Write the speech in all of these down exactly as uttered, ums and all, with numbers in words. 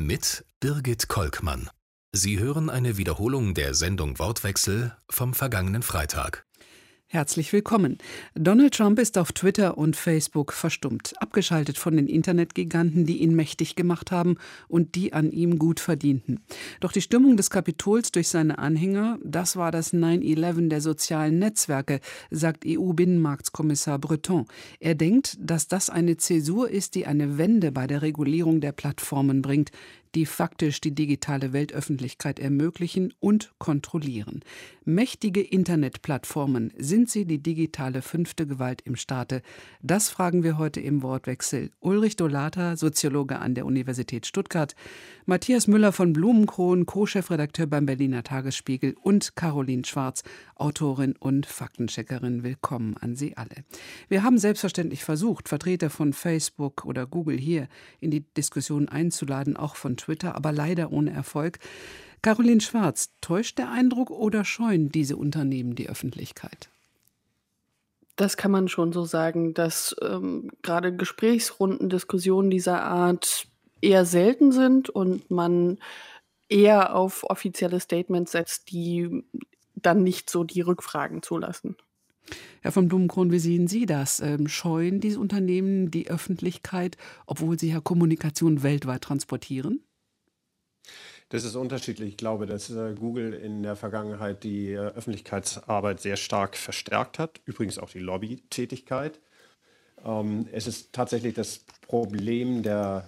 mit Birgit Kolkmann. Sie hören eine Wiederholung der Sendung Wortwechsel vom vergangenen Freitag. Herzlich willkommen. Donald Trump ist auf Twitter und Facebook verstummt, abgeschaltet von den Internetgiganten, die ihn mächtig gemacht haben und die an ihm gut verdienten. Doch die Stürmung des Kapitols durch seine Anhänger, das war das neun elf der sozialen Netzwerke, sagt E U-Binnenmarktkommissar Breton. Er denkt, dass das eine Zäsur ist, die eine Wende bei der Regulierung der Plattformen bringt, die faktisch die digitale Weltöffentlichkeit ermöglichen und kontrollieren. Mächtige Internetplattformen, sind sie die digitale fünfte Gewalt im Staate? Das fragen wir heute im Wortwechsel. Ulrich Dolata, Soziologe an der Universität Stuttgart, Matthias Müller von Blumenkron, Co-Chefredakteur beim Berliner Tagesspiegel und Caroline Schwarz, Autorin und Faktencheckerin. Willkommen an Sie alle. Wir haben selbstverständlich versucht, Vertreter von Facebook oder Google hier in die Diskussion einzuladen, auch von Twitter, aber leider ohne Erfolg. Caroline Schwarz, täuscht der Eindruck oder scheuen diese Unternehmen die Öffentlichkeit? Das kann man schon so sagen, dass ähm, gerade Gesprächsrunden, Diskussionen dieser Art eher selten sind und man eher auf offizielle Statements setzt, die dann nicht so die Rückfragen zulassen. Herr von Blumenkron, wie sehen Sie das? Ähm, scheuen diese Unternehmen die Öffentlichkeit, obwohl sie ja Kommunikation weltweit transportieren? Das ist unterschiedlich. Ich glaube, dass äh, Google in der Vergangenheit die äh, Öffentlichkeitsarbeit sehr stark verstärkt hat, übrigens auch die Lobbytätigkeit. Ähm, es ist tatsächlich das Problem der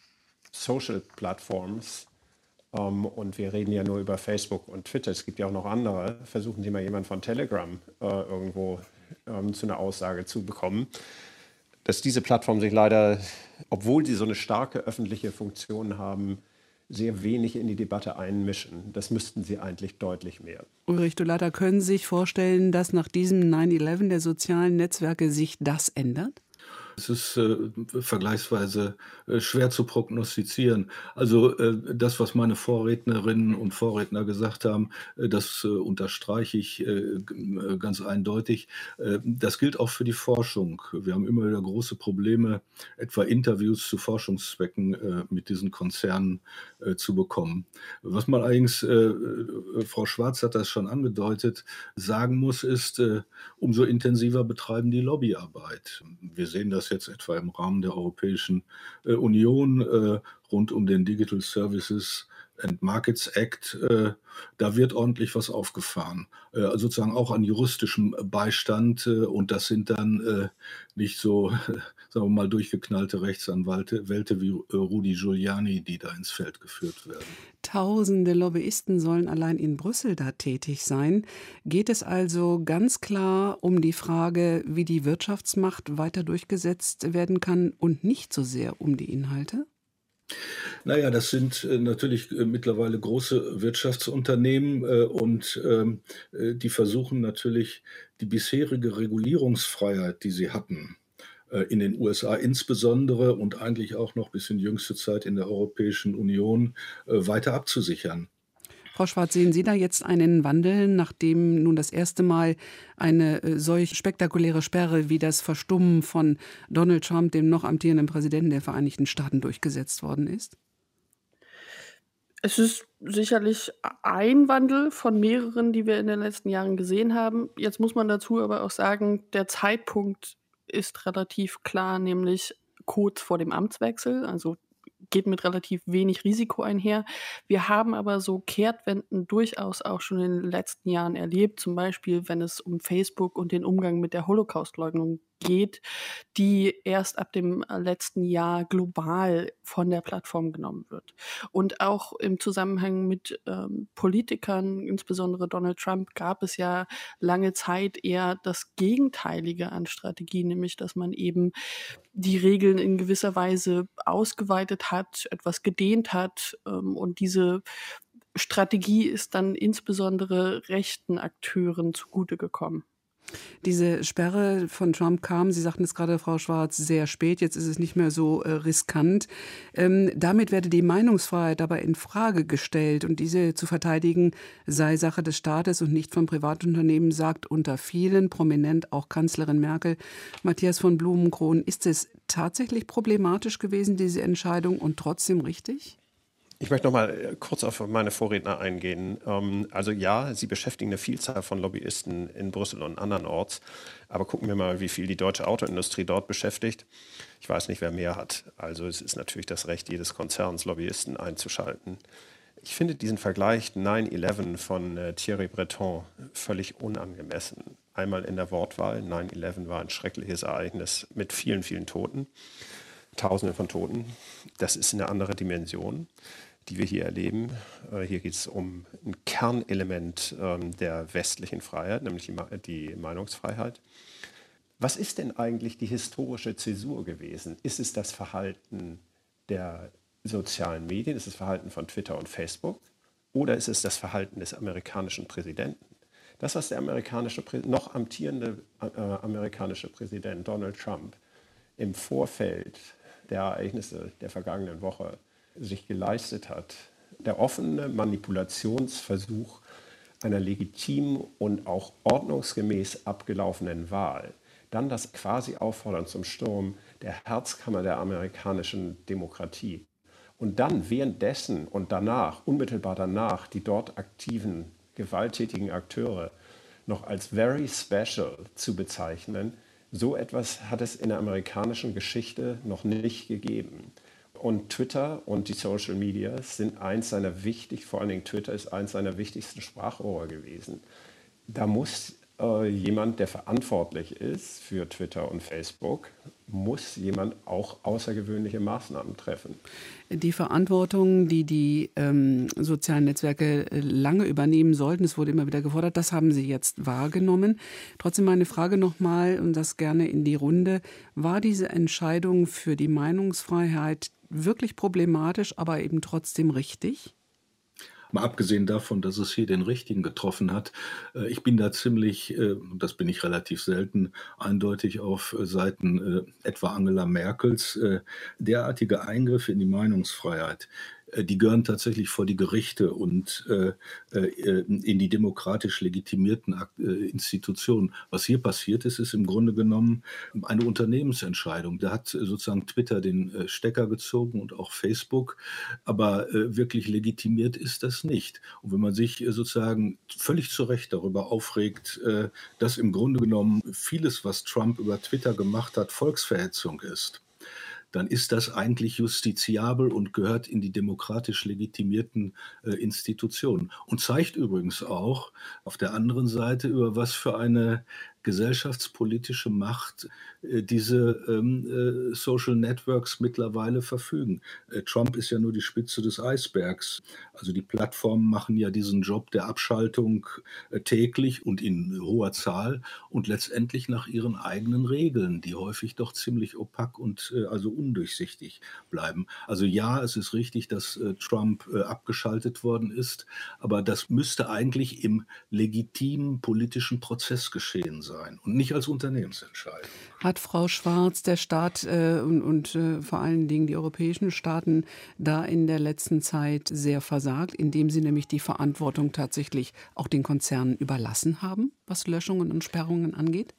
Social Platforms, ähm, und wir reden ja nur über Facebook und Twitter, es gibt ja auch noch andere. Versuchen Sie mal jemanden von Telegram äh, irgendwo ähm, zu einer Aussage zu bekommen, dass diese Plattformen sich leider, obwohl sie so eine starke öffentliche Funktion haben, sehr wenig in die Debatte einmischen. Das müssten sie eigentlich deutlich mehr. Ulrich Dolata, können Sie sich vorstellen, dass nach diesem neun elf der sozialen Netzwerke sich das ändert? Es ist äh, vergleichsweise äh, schwer zu prognostizieren. Also äh, das, was meine Vorrednerinnen und Vorredner gesagt haben, äh, das äh, unterstreiche ich äh, ganz eindeutig. Äh, das gilt auch für die Forschung. Wir haben immer wieder große Probleme, etwa Interviews zu Forschungszwecken äh, mit diesen Konzernen äh, zu bekommen. Was man allerdings, äh, Frau Schwarz hat das schon angedeutet, sagen muss, ist, äh, umso intensiver betreiben die Lobbyarbeit. Wir sehen das jetzt etwa im Rahmen der Europäischen äh, Union äh, rund um den Digital Services and Markets Act. Äh, da wird ordentlich was aufgefahren, äh, sozusagen auch an juristischem Beistand. Äh, und das sind dann äh, nicht so, äh, sagen wir mal, durchgeknallte Rechtsanwälte Wälte wie äh, Rudy Giuliani, die da ins Feld geführt werden. Tausende Lobbyisten sollen allein in Brüssel da tätig sein. Geht es also ganz klar um die Frage, wie die Wirtschaftsmacht weiter durchgesetzt werden kann und nicht so sehr um die Inhalte? Naja, das sind äh, natürlich äh, mittlerweile große Wirtschaftsunternehmen äh, und ähm, äh, die versuchen natürlich die bisherige Regulierungsfreiheit, die sie hatten, äh, in den U S A insbesondere und eigentlich auch noch bis in jüngste Zeit in der Europäischen Union äh, weiter abzusichern. Frau Schwarz, sehen Sie da jetzt einen Wandel, nachdem nun das erste Mal eine äh, solch spektakuläre Sperre wie das Verstummen von Donald Trump, dem noch amtierenden Präsidenten der Vereinigten Staaten, durchgesetzt worden ist? Es ist sicherlich ein Wandel von mehreren, die wir in den letzten Jahren gesehen haben. Jetzt muss man dazu aber auch sagen, der Zeitpunkt ist relativ klar, nämlich kurz vor dem Amtswechsel, also geht mit relativ wenig Risiko einher. Wir haben aber so Kehrtwenden durchaus auch schon in den letzten Jahren erlebt, zum Beispiel, wenn es um Facebook und den Umgang mit der Holocaustleugnung geht, die erst ab dem letzten Jahr global von der Plattform genommen wird. Und auch im Zusammenhang mit ähm, Politikern, insbesondere Donald Trump, gab es ja lange Zeit eher das Gegenteilige an Strategie, nämlich dass man eben die Regeln in gewisser Weise ausgeweitet hat, etwas gedehnt hat, ähm, und diese Strategie ist dann insbesondere rechten Akteuren zugute gekommen. Diese Sperre von Trump kam, Sie sagten es gerade, Frau Schwarz, sehr spät. Jetzt ist es nicht mehr so äh, riskant. Ähm, damit werde die Meinungsfreiheit dabei in Frage gestellt. Und diese zu verteidigen sei Sache des Staates und nicht von Privatunternehmen, sagt unter vielen prominent auch Kanzlerin Merkel. Matthias von Blumenkron, ist es tatsächlich problematisch gewesen, diese Entscheidung, und trotzdem richtig? Ich möchte noch mal kurz auf meine Vorredner eingehen. Ähm, Also ja, sie beschäftigen eine Vielzahl von Lobbyisten in Brüssel und andernorts. Aber gucken wir mal, wie viel die deutsche Autoindustrie dort beschäftigt. Ich weiß nicht, wer mehr hat. Also es ist natürlich das Recht jedes Konzerns, Lobbyisten einzuschalten. Ich finde diesen Vergleich neun elf von äh, Thierry Breton völlig unangemessen. Einmal in der Wortwahl. neun elf war ein schreckliches Ereignis mit vielen, vielen Toten. Tausende von Toten. Das ist eine andere Dimension, die wir hier erleben. Äh, Hier geht es um ein Kernelement ähm, der westlichen Freiheit, nämlich die, Ma- die Meinungsfreiheit. Was ist denn eigentlich die historische Zäsur gewesen? Ist es das Verhalten der sozialen Medien? Ist es das Verhalten von Twitter und Facebook? Oder ist es das Verhalten des amerikanischen Präsidenten? Das, was der amerikanische, Prä- noch amtierende äh, amerikanische Präsident Donald Trump im Vorfeld der Ereignisse der vergangenen Woche sich geleistet hat, der offene Manipulationsversuch einer legitimen und auch ordnungsgemäß abgelaufenen Wahl, dann das quasi Auffordern zum Sturm der Herzkammer der amerikanischen Demokratie und dann währenddessen und danach, unmittelbar danach, die dort aktiven gewalttätigen Akteure noch als very special zu bezeichnen, so etwas hat es in der amerikanischen Geschichte noch nicht gegeben. Und Twitter und die Social Media sind eins seiner wichtig, vor allen Dingen Twitter ist eins seiner wichtigsten Sprachrohre gewesen. Da muss äh, jemand, der verantwortlich ist für Twitter und Facebook, muss jemand auch außergewöhnliche Maßnahmen treffen. Die Verantwortung, die die ähm, sozialen Netzwerke äh, lange übernehmen sollten, es wurde immer wieder gefordert, das haben Sie jetzt wahrgenommen. Trotzdem meine Frage nochmal und das gerne in die Runde. War diese Entscheidung für die Meinungsfreiheit wirklich problematisch, aber eben trotzdem richtig? Mal abgesehen davon, dass es hier den Richtigen getroffen hat. Äh, ich bin da ziemlich, äh, und das bin ich relativ selten, eindeutig auf äh, Seiten äh, etwa Angela Merkels. Äh, derartige Eingriffe in die Meinungsfreiheit, äh, die gehören tatsächlich vor die Gerichte und äh, äh, in die demokratisch legitimierten Ak- äh, Institutionen. Was hier passiert ist, ist im Grunde genommen eine Unternehmensentscheidung. Da hat äh, sozusagen Twitter den äh, Stecker gezogen und auch Facebook. Aber äh, wirklich legitimiert ist das nicht. Und wenn man sich äh, sozusagen völlig zu Recht darüber aufregt, äh, dass im Grunde genommen vieles, was Trump über Twitter gemacht hat, Volksverhetzung ist, dann ist das eigentlich justiziabel und gehört in die demokratisch legitimierten äh, Institutionen. Und zeigt übrigens auch auf der anderen Seite, über was für eine gesellschaftspolitische Macht äh, diese ähm, äh, Social Networks mittlerweile verfügen. Äh, Trump ist ja nur die Spitze des Eisbergs. Also die Plattformen machen ja diesen Job der Abschaltung äh, täglich und in hoher Zahl und letztendlich nach ihren eigenen Regeln, die häufig doch ziemlich opak und äh, also undurchsichtig bleiben. Also ja, es ist richtig, dass äh, Trump äh, abgeschaltet worden ist, aber das müsste eigentlich im legitimen politischen Prozess geschehen sein und nicht als Unternehmensentscheidung. Hat Frau Schwarz, der Staat äh, und, und äh, vor allen Dingen die europäischen Staaten da in der letzten Zeit sehr versagt, indem sie nämlich die Verantwortung tatsächlich auch den Konzernen überlassen haben, was Löschungen und Sperrungen angeht?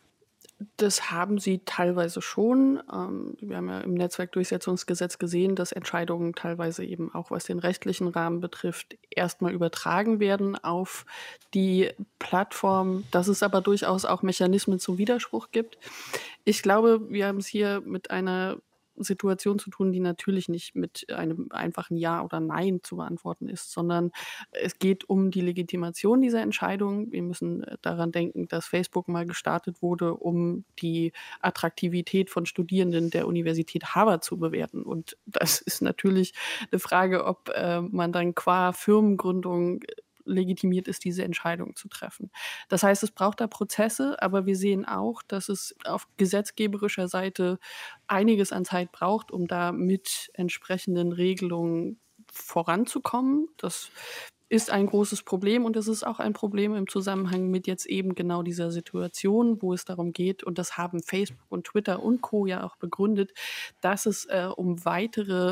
Das haben sie teilweise schon. Ähm, wir haben ja im Netzwerkdurchsetzungsgesetz gesehen, dass Entscheidungen teilweise eben auch, was den rechtlichen Rahmen betrifft, erstmal übertragen werden auf die Plattform, dass es aber durchaus auch Mechanismen zum Widerspruch gibt. Ich glaube, wir haben es hier mit einer Situation zu tun, die natürlich nicht mit einem einfachen Ja oder Nein zu beantworten ist, sondern es geht um die Legitimation dieser Entscheidung. Wir müssen äh, daran denken, dass Facebook mal gestartet wurde, um die Attraktivität von Studierenden der Universität Harvard zu bewerten. Und das ist natürlich eine Frage, ob äh, man dann qua Firmengründung äh, legitimiert ist, diese Entscheidung zu treffen. Das heißt, es braucht da Prozesse, aber wir sehen auch, dass es auf gesetzgeberischer Seite einiges an Zeit braucht, um da mit entsprechenden Regelungen voranzukommen. Das ist ein großes Problem und es ist auch ein Problem im Zusammenhang mit jetzt eben genau dieser Situation, wo es darum geht, und das haben Facebook und Twitter und Co. ja auch begründet, dass es äh, um weitere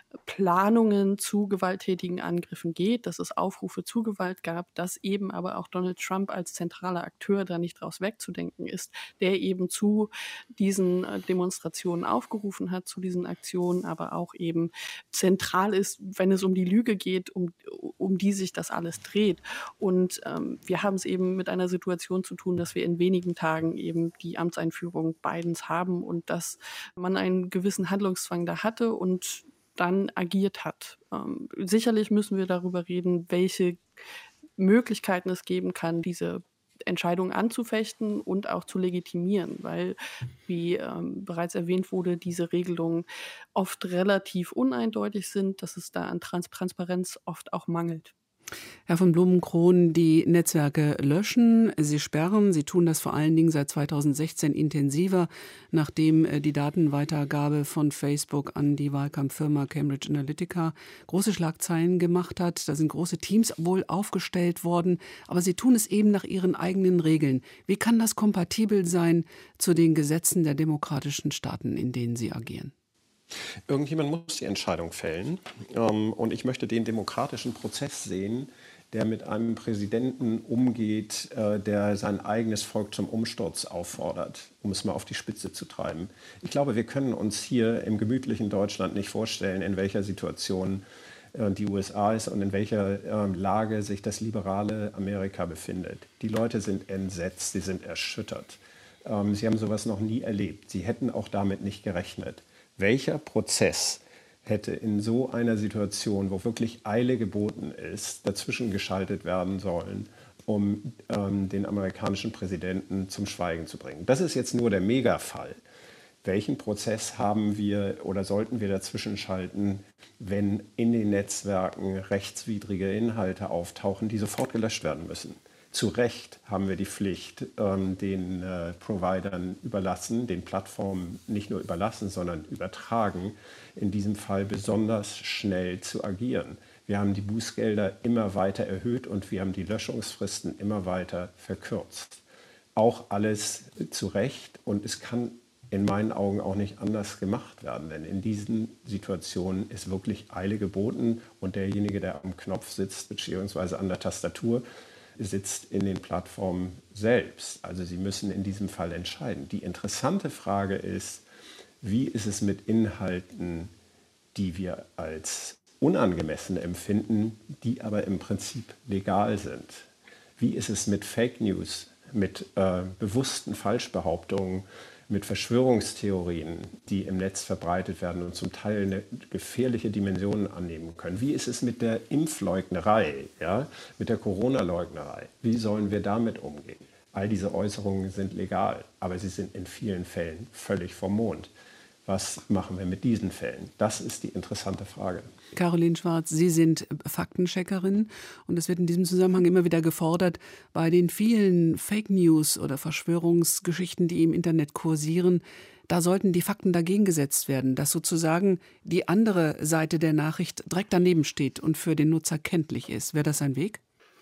Planungen zu gewalttätigen Angriffen geht, dass es Aufrufe zu Gewalt gab, dass eben aber auch Donald Trump als zentraler Akteur da nicht draus wegzudenken ist, der eben zu diesen äh, Demonstrationen aufgerufen hat, zu diesen Aktionen, aber auch eben zentral ist, wenn es um die Lüge geht, um, um die sich das alles dreht. Und ähm, wir haben es eben mit einer Situation zu tun, dass wir in wenigen Tagen eben die Amtseinführung Bidens haben und dass man einen gewissen Handlungszwang da hatte und dann agiert hat. Ähm, sicherlich müssen wir darüber reden, welche Möglichkeiten es geben kann, diese Entscheidung anzufechten und auch zu legitimieren, weil, wie ähm, bereits erwähnt wurde, diese Regelungen oft relativ uneindeutig sind, dass es da an Trans- Transparenz oft auch mangelt. Herr von Blumenkron, die Netzwerke löschen, sie sperren, sie tun das vor allen Dingen seit zweitausendsechzehn intensiver, nachdem die Datenweitergabe von Facebook an die Wahlkampffirma Cambridge Analytica große Schlagzeilen gemacht hat. Da sind große Teams wohl aufgestellt worden, aber sie tun es eben nach ihren eigenen Regeln. Wie kann das kompatibel sein zu den Gesetzen der demokratischen Staaten, in denen sie agieren? Irgendjemand muss die Entscheidung fällen. Ähm, und ich möchte den demokratischen Prozess sehen, der mit einem Präsidenten umgeht, äh, der sein eigenes Volk zum Umsturz auffordert, um es mal auf die Spitze zu treiben. Ich glaube, wir können uns hier im gemütlichen Deutschland nicht vorstellen, in welcher Situation äh, die U S A ist und in welcher äh, Lage sich das liberale Amerika befindet. Die Leute sind entsetzt, sie sind erschüttert. Ähm, sie haben sowas noch nie erlebt. Sie hätten auch damit nicht gerechnet. Welcher Prozess hätte in so einer Situation, wo wirklich Eile geboten ist, dazwischen geschaltet werden sollen, um ähm, den amerikanischen Präsidenten zum Schweigen zu bringen? Das ist jetzt nur der Megafall. Welchen Prozess haben wir oder sollten wir dazwischen schalten, wenn in den Netzwerken rechtswidrige Inhalte auftauchen, die sofort gelöscht werden müssen? Zu Recht haben wir die Pflicht, ähm, den äh, Providern überlassen, den Plattformen nicht nur überlassen, sondern übertragen, in diesem Fall besonders schnell zu agieren. Wir haben die Bußgelder immer weiter erhöht und wir haben die Löschungsfristen immer weiter verkürzt. Auch alles zu Recht und es kann in meinen Augen auch nicht anders gemacht werden, denn in diesen Situationen ist wirklich Eile geboten und derjenige, der am Knopf sitzt bzw. an der Tastatur, sitzt in den Plattformen selbst. Also sie müssen in diesem Fall entscheiden. Die interessante Frage ist, wie ist es mit Inhalten, die wir als unangemessen empfinden, die aber im Prinzip legal sind? Wie ist es mit Fake News, mit äh, bewussten Falschbehauptungen, mit Verschwörungstheorien, die im Netz verbreitet werden und zum Teil eine gefährliche Dimensionen annehmen können? Wie ist es mit der Impfleugnerei, ja, mit der Corona-Leugnerei? Wie sollen wir damit umgehen? All diese Äußerungen sind legal, aber sie sind in vielen Fällen völlig vom Mond. Was machen wir mit diesen Fällen? Das ist die interessante Frage. Caroline Schwarz, Sie sind Faktencheckerin und es wird in diesem Zusammenhang immer wieder gefordert, bei den vielen Fake News oder Verschwörungsgeschichten, die im Internet kursieren, da sollten die Fakten dagegen gesetzt werden, dass sozusagen die andere Seite der Nachricht direkt daneben steht und für den Nutzer kenntlich ist. Wäre das ein Weg?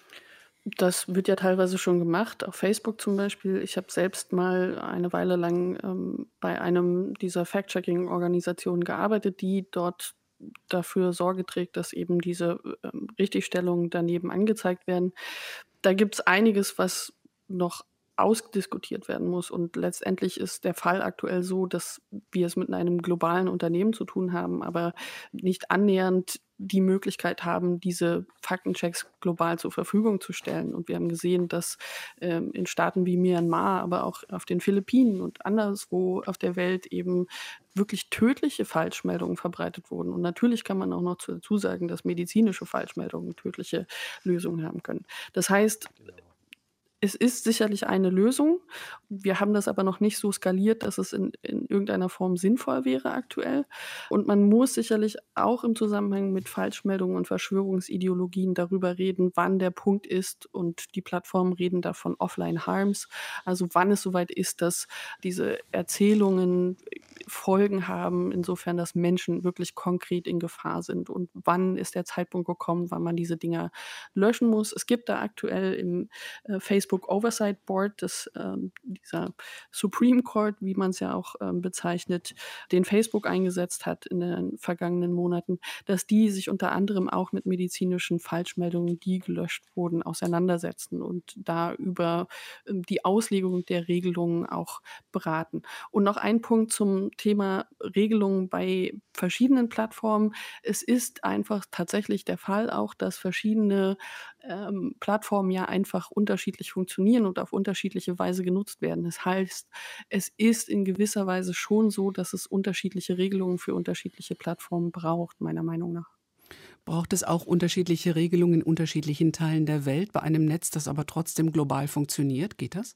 Das wird ja teilweise schon gemacht, auf Facebook zum Beispiel. Ich habe selbst mal eine Weile lang ähm, bei einem dieser Fact-Checking-Organisationen gearbeitet, die dort dafür Sorge trägt, dass eben diese ähm, Richtigstellungen daneben angezeigt werden. Da gibt es einiges, was noch ausdiskutiert werden muss. Und letztendlich ist der Fall aktuell so, dass wir es mit einem globalen Unternehmen zu tun haben, aber nicht annähernd die Möglichkeit haben, diese Faktenchecks global zur Verfügung zu stellen. Und wir haben gesehen, dass ähm, in Staaten wie Myanmar, aber auch auf den Philippinen und anderswo auf der Welt eben wirklich tödliche Falschmeldungen verbreitet wurden. Und natürlich kann man auch noch dazu sagen, dass medizinische Falschmeldungen tödliche Lösungen haben können. Das heißt, es ist sicherlich eine Lösung. Wir haben das aber noch nicht so skaliert, dass es in, in irgendeiner Form sinnvoll wäre aktuell. Und man muss sicherlich auch im Zusammenhang mit Falschmeldungen und Verschwörungsideologien darüber reden, wann der Punkt ist. Und die Plattformen reden davon Offline Harms. Also wann es soweit ist, dass diese Erzählungen Folgen haben, insofern, dass Menschen wirklich konkret in Gefahr sind. Und wann ist der Zeitpunkt gekommen, wann man diese Dinger löschen muss? Es gibt da aktuell im äh, Facebook Oversight Board, das, ähm, dieser Supreme Court, wie man es ja auch ähm, bezeichnet, den Facebook eingesetzt hat in den vergangenen Monaten, dass die sich unter anderem auch mit medizinischen Falschmeldungen, die gelöscht wurden, auseinandersetzen und da über ähm, die Auslegung der Regelungen auch beraten. Und noch ein Punkt zum Thema Regelungen bei verschiedenen Plattformen. Es ist einfach tatsächlich der Fall auch, dass verschiedene ähm, Plattformen ja einfach unterschiedlich funktionieren und auf unterschiedliche Weise genutzt werden. Das heißt, es ist in gewisser Weise schon so, dass es unterschiedliche Regelungen für unterschiedliche Plattformen braucht, meiner Meinung nach. Braucht es auch unterschiedliche Regelungen in unterschiedlichen Teilen der Welt bei einem Netz, das aber trotzdem global funktioniert? Geht das?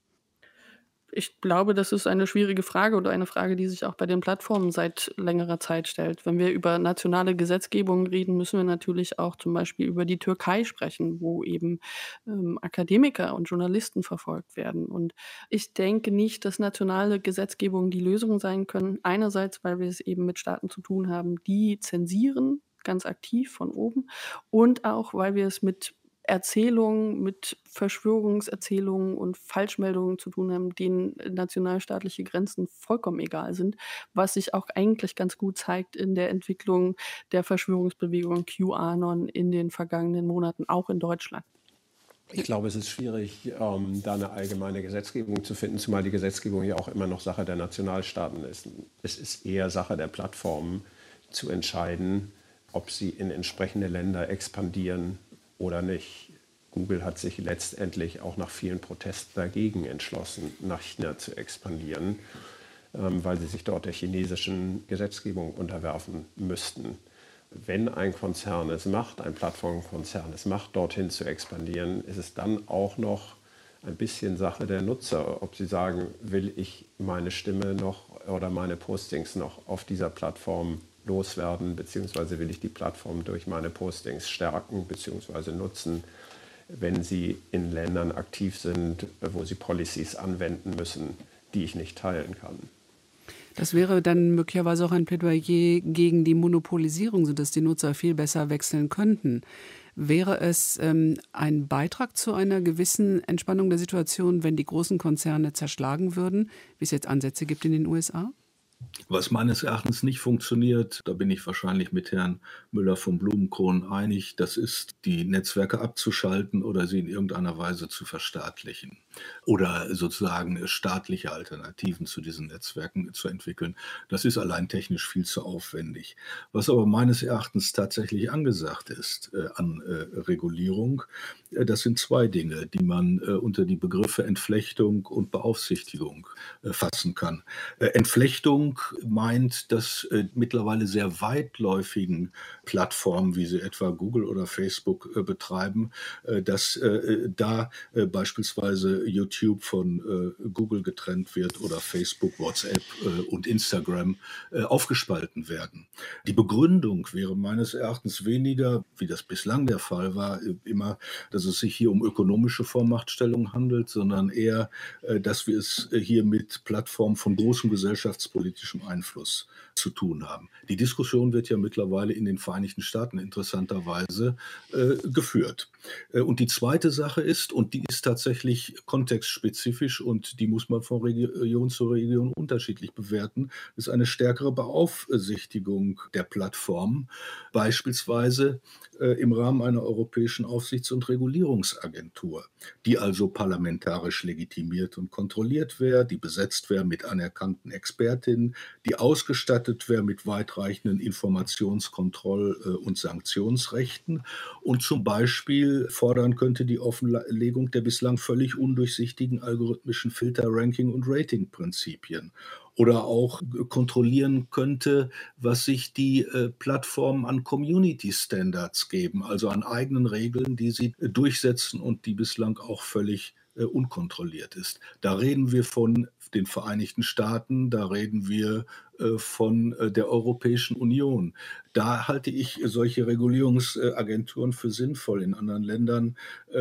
Ich glaube, das ist eine schwierige Frage oder eine Frage, die sich auch bei den Plattformen seit längerer Zeit stellt. Wenn wir über nationale Gesetzgebung reden, müssen wir natürlich auch zum Beispiel über die Türkei sprechen, wo eben ähm, Akademiker und Journalisten verfolgt werden. Und ich denke nicht, dass nationale Gesetzgebungen die Lösung sein können. Einerseits, weil wir es eben mit Staaten zu tun haben, die zensieren, ganz aktiv von oben, und auch, weil wir es mit Erzählungen, mit Verschwörungserzählungen und Falschmeldungen zu tun haben, denen nationalstaatliche Grenzen vollkommen egal sind, was sich auch eigentlich ganz gut zeigt in der Entwicklung der Verschwörungsbewegung QAnon in den vergangenen Monaten, auch in Deutschland. Ich glaube, es ist schwierig, ähm, da eine allgemeine Gesetzgebung zu finden, zumal die Gesetzgebung ja auch immer noch Sache der Nationalstaaten ist. Es ist eher Sache der Plattformen zu entscheiden, ob sie in entsprechende Länder expandieren oder nicht. Google hat sich letztendlich auch nach vielen Protesten dagegen entschlossen, nach China zu expandieren, ähm, weil sie sich dort der chinesischen Gesetzgebung unterwerfen müssten. Wenn ein Konzern es macht, ein Plattformkonzern es macht, dorthin zu expandieren, ist es dann auch noch ein bisschen Sache der Nutzer, ob sie sagen, will ich meine Stimme noch oder meine Postings noch auf dieser Plattform loswerden, beziehungsweise will ich die Plattform durch meine Postings stärken beziehungsweise nutzen, wenn sie in Ländern aktiv sind, wo sie Policies anwenden müssen, die ich nicht teilen kann. Das wäre dann möglicherweise auch ein Plädoyer gegen die Monopolisierung, sodass die Nutzer viel besser wechseln könnten. Wäre es ähm, ein Beitrag zu einer gewissen Entspannung der Situation, wenn die großen Konzerne zerschlagen würden, wie es jetzt Ansätze gibt in den U S A? Was meines Erachtens nicht funktioniert, da bin ich wahrscheinlich mit Herrn Müller vom Blumenkron einig, das ist, die Netzwerke abzuschalten oder sie in irgendeiner Weise zu verstaatlichen oder sozusagen staatliche Alternativen zu diesen Netzwerken zu entwickeln. Das ist allein technisch viel zu aufwendig. Was aber meines Erachtens tatsächlich angesagt ist äh, an äh, Regulierung, äh, das sind zwei Dinge, die man äh, unter die Begriffe Entflechtung und Beaufsichtigung äh, fassen kann. Äh, Entflechtung meint, dass äh, mittlerweile sehr weitläufigen Plattformen, wie sie etwa Google oder Facebook äh, betreiben, äh, dass äh, da äh, beispielsweise YouTube von äh, Google getrennt wird oder Facebook, WhatsApp äh, und Instagram äh, aufgespalten werden. Die Begründung wäre meines Erachtens weniger, wie das bislang der Fall war, äh, immer, dass es sich hier um ökonomische Vormachtstellung handelt, sondern eher, äh, dass wir es äh, hier mit Plattformen von großem gesellschaftspolitischem Einfluss zu tun haben. Die Diskussion wird ja mittlerweile in den Vereinigten Staaten interessanterweise äh, geführt. Äh, und die zweite Sache ist, und die ist tatsächlich kontextspezifisch und die muss man von Region zu Region unterschiedlich bewerten, ist eine stärkere Beaufsichtigung der Plattformen, beispielsweise äh, im Rahmen einer europäischen Aufsichts- und Regulierungsagentur, die also parlamentarisch legitimiert und kontrolliert wäre, die besetzt wäre mit anerkannten Expertinnen, die ausgestattet wäre mit weitreichenden Informationskontroll- äh, und Sanktionsrechten und zum Beispiel fordern könnte die Offenlegung der bislang völlig undurchsichtigen algorithmischen Filter-, Ranking- und Rating-Prinzipien oder auch kontrollieren könnte, was sich die äh, Plattformen an Community-Standards geben, also an eigenen Regeln, die sie äh, durchsetzen und die bislang auch völlig äh, unkontrolliert ist. Da reden wir von den Vereinigten Staaten, da reden wir äh, von äh, der Europäischen Union. Da halte ich solche Regulierungsagenturen für sinnvoll. In anderen Ländern äh,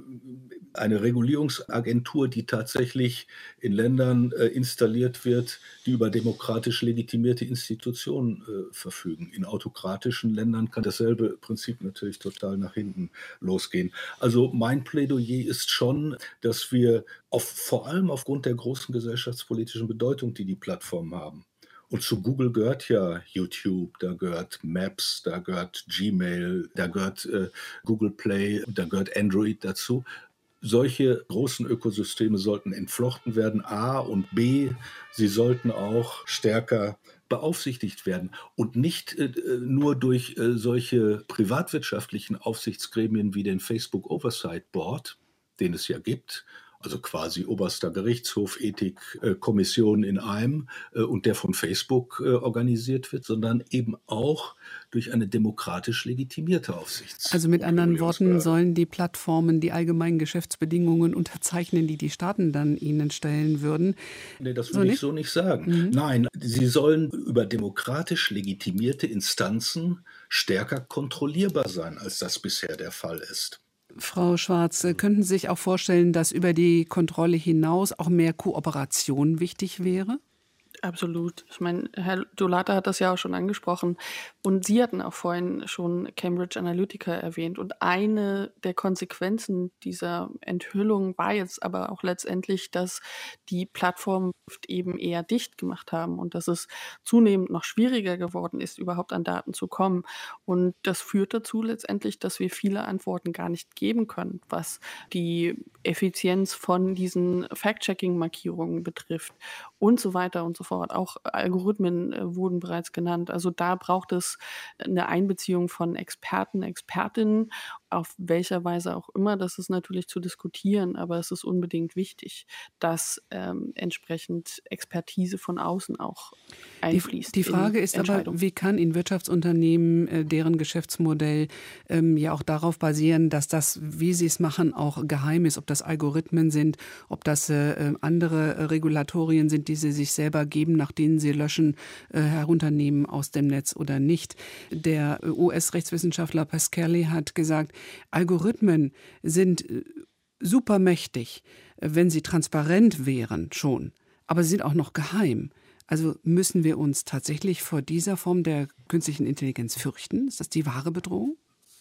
eine Regulierungsagentur, die tatsächlich in Ländern äh, installiert wird, die über demokratisch legitimierte Institutionen äh, verfügen. In autokratischen Ländern kann dasselbe Prinzip natürlich total nach hinten losgehen. Also mein Plädoyer ist schon, dass wir auf, vor allem aufgrund der großen gesellschaftspolitischen Bedeutung, die die Plattformen haben. Und zu Google gehört ja YouTube, da gehört Maps, da gehört Gmail, da gehört äh, Google Play, da gehört Android dazu. Solche großen Ökosysteme sollten entflochten werden, A, und B, sie sollten auch stärker beaufsichtigt werden und nicht äh, nur durch äh, solche privatwirtschaftlichen Aufsichtsgremien wie den Facebook Oversight Board, den es ja gibt, also quasi oberster Gerichtshof, Ethikkommission in einem äh, und der von Facebook äh, organisiert wird, sondern eben auch durch eine demokratisch legitimierte Aufsichts- Also mit und anderen Worten Regulierungsbehörde. sollen die Plattformen die allgemeinen Geschäftsbedingungen unterzeichnen, die die Staaten dann ihnen stellen würden. Nee, das So würde ich nicht? so nicht sagen. Mhm. Nein, sie sollen über demokratisch legitimierte Instanzen stärker kontrollierbar sein, als das bisher der Fall ist. Frau Schwarz, äh, könnten Sie sich auch vorstellen, dass über die Kontrolle hinaus auch mehr Kooperation wichtig wäre? Absolut. Ich meine, Herr Dolata hat das ja auch schon angesprochen und Sie hatten auch vorhin schon Cambridge Analytica erwähnt und eine der Konsequenzen dieser Enthüllung war jetzt aber auch letztendlich, dass die Plattformen eben eher dicht gemacht haben und dass es zunehmend noch schwieriger geworden ist, überhaupt an Daten zu kommen. Und das führt dazu letztendlich, dass wir viele Antworten gar nicht geben können, was die Effizienz von diesen Fact-Checking-Markierungen betrifft und so weiter und so fort. Auch Algorithmen äh, wurden bereits genannt. Also da braucht es eine Einbeziehung von Experten, Expertinnen, auf welcher Weise auch immer. Das ist natürlich zu diskutieren, aber es ist unbedingt wichtig, dass ähm, entsprechend Expertise von außen auch Die, einfließt. die in Frage ist aber, Entscheidungen. wie kann in Wirtschaftsunternehmen, äh, deren Geschäftsmodell ähm, ja auch darauf basieren, dass das, wie sie es machen, auch geheim ist, ob das Algorithmen sind, ob das äh, äh, andere äh, Regulatorien sind, die sie sich selber geben, nach denen sie löschen, äh, herunternehmen aus dem Netz oder nicht. Der äh, U S-Rechtswissenschaftler Pascali hat gesagt, Algorithmen sind äh, supermächtig, äh, wenn sie transparent wären schon, aber sie sind auch noch geheim. Also müssen wir uns tatsächlich vor dieser Form der künstlichen Intelligenz fürchten? Ist das die wahre Bedrohung?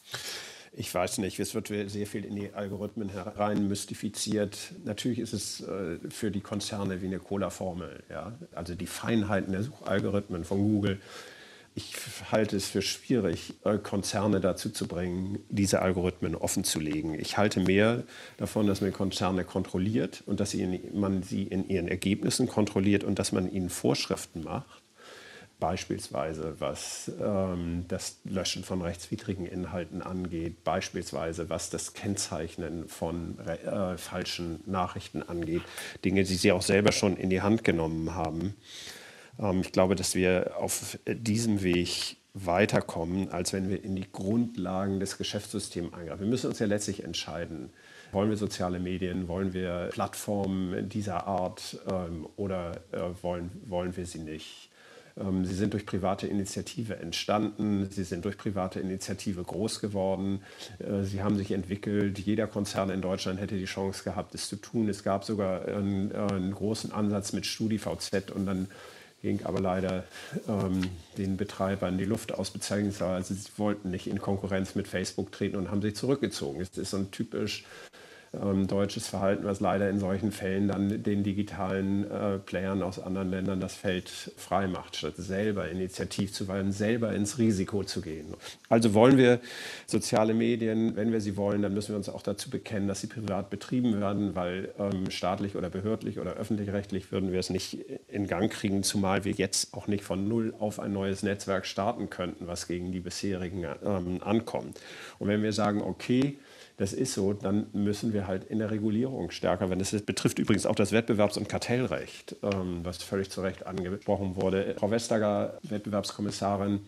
Ich weiß nicht, es wird sehr viel in die Algorithmen herein mystifiziert. Natürlich ist es äh, für die Konzerne wie eine Cola-Formel. Ja? Also die Feinheiten der Suchalgorithmen von Google. Ich halte es für schwierig, äh, Konzerne dazu zu bringen, diese Algorithmen offen zu legen. Ich halte mehr davon, dass man Konzerne kontrolliert und dass sie in, man sie in ihren Ergebnissen kontrolliert und dass man ihnen Vorschriften macht. Beispielsweise was ähm, das Löschen von rechtswidrigen Inhalten angeht, beispielsweise was das Kennzeichnen von äh, falschen Nachrichten angeht, Dinge, die Sie auch selber schon in die Hand genommen haben. Ähm, ich glaube, dass wir auf diesem Weg weiterkommen, als wenn wir in die Grundlagen des Geschäftssystems eingreifen. Wir müssen uns ja letztlich entscheiden, wollen wir soziale Medien, wollen wir Plattformen dieser Art ähm, oder äh, wollen, wollen wir sie nicht. Sie sind durch private Initiative entstanden, sie sind durch private Initiative groß geworden, sie haben sich entwickelt. Jeder Konzern in Deutschland hätte die Chance gehabt, es zu tun. Es gab sogar einen, einen großen Ansatz mit StudiVZ und dann ging aber leider ähm, den Betreibern die Luft aus, beziehungsweise sie wollten nicht in Konkurrenz mit Facebook treten und haben sich zurückgezogen. Es ist so ein typisch Ähm, deutsches Verhalten, was leider in solchen Fällen dann den digitalen äh, Playern aus anderen Ländern das Feld frei macht, statt selber initiativ zu werden, selber ins Risiko zu gehen. Also wollen wir soziale Medien, wenn wir sie wollen, dann müssen wir uns auch dazu bekennen, dass sie privat betrieben werden, weil ähm, staatlich oder behördlich oder öffentlich-rechtlich würden wir es nicht in Gang kriegen, zumal wir jetzt auch nicht von null auf ein neues Netzwerk starten könnten, was gegen die bisherigen ähm, ankommt. Und wenn wir sagen, okay, das ist so, dann müssen wir halt in der Regulierung stärker werden. Das betrifft übrigens auch das Wettbewerbs- und Kartellrecht, ähm, was völlig zu Recht angesprochen wurde. Frau Vestager, Wettbewerbskommissarin,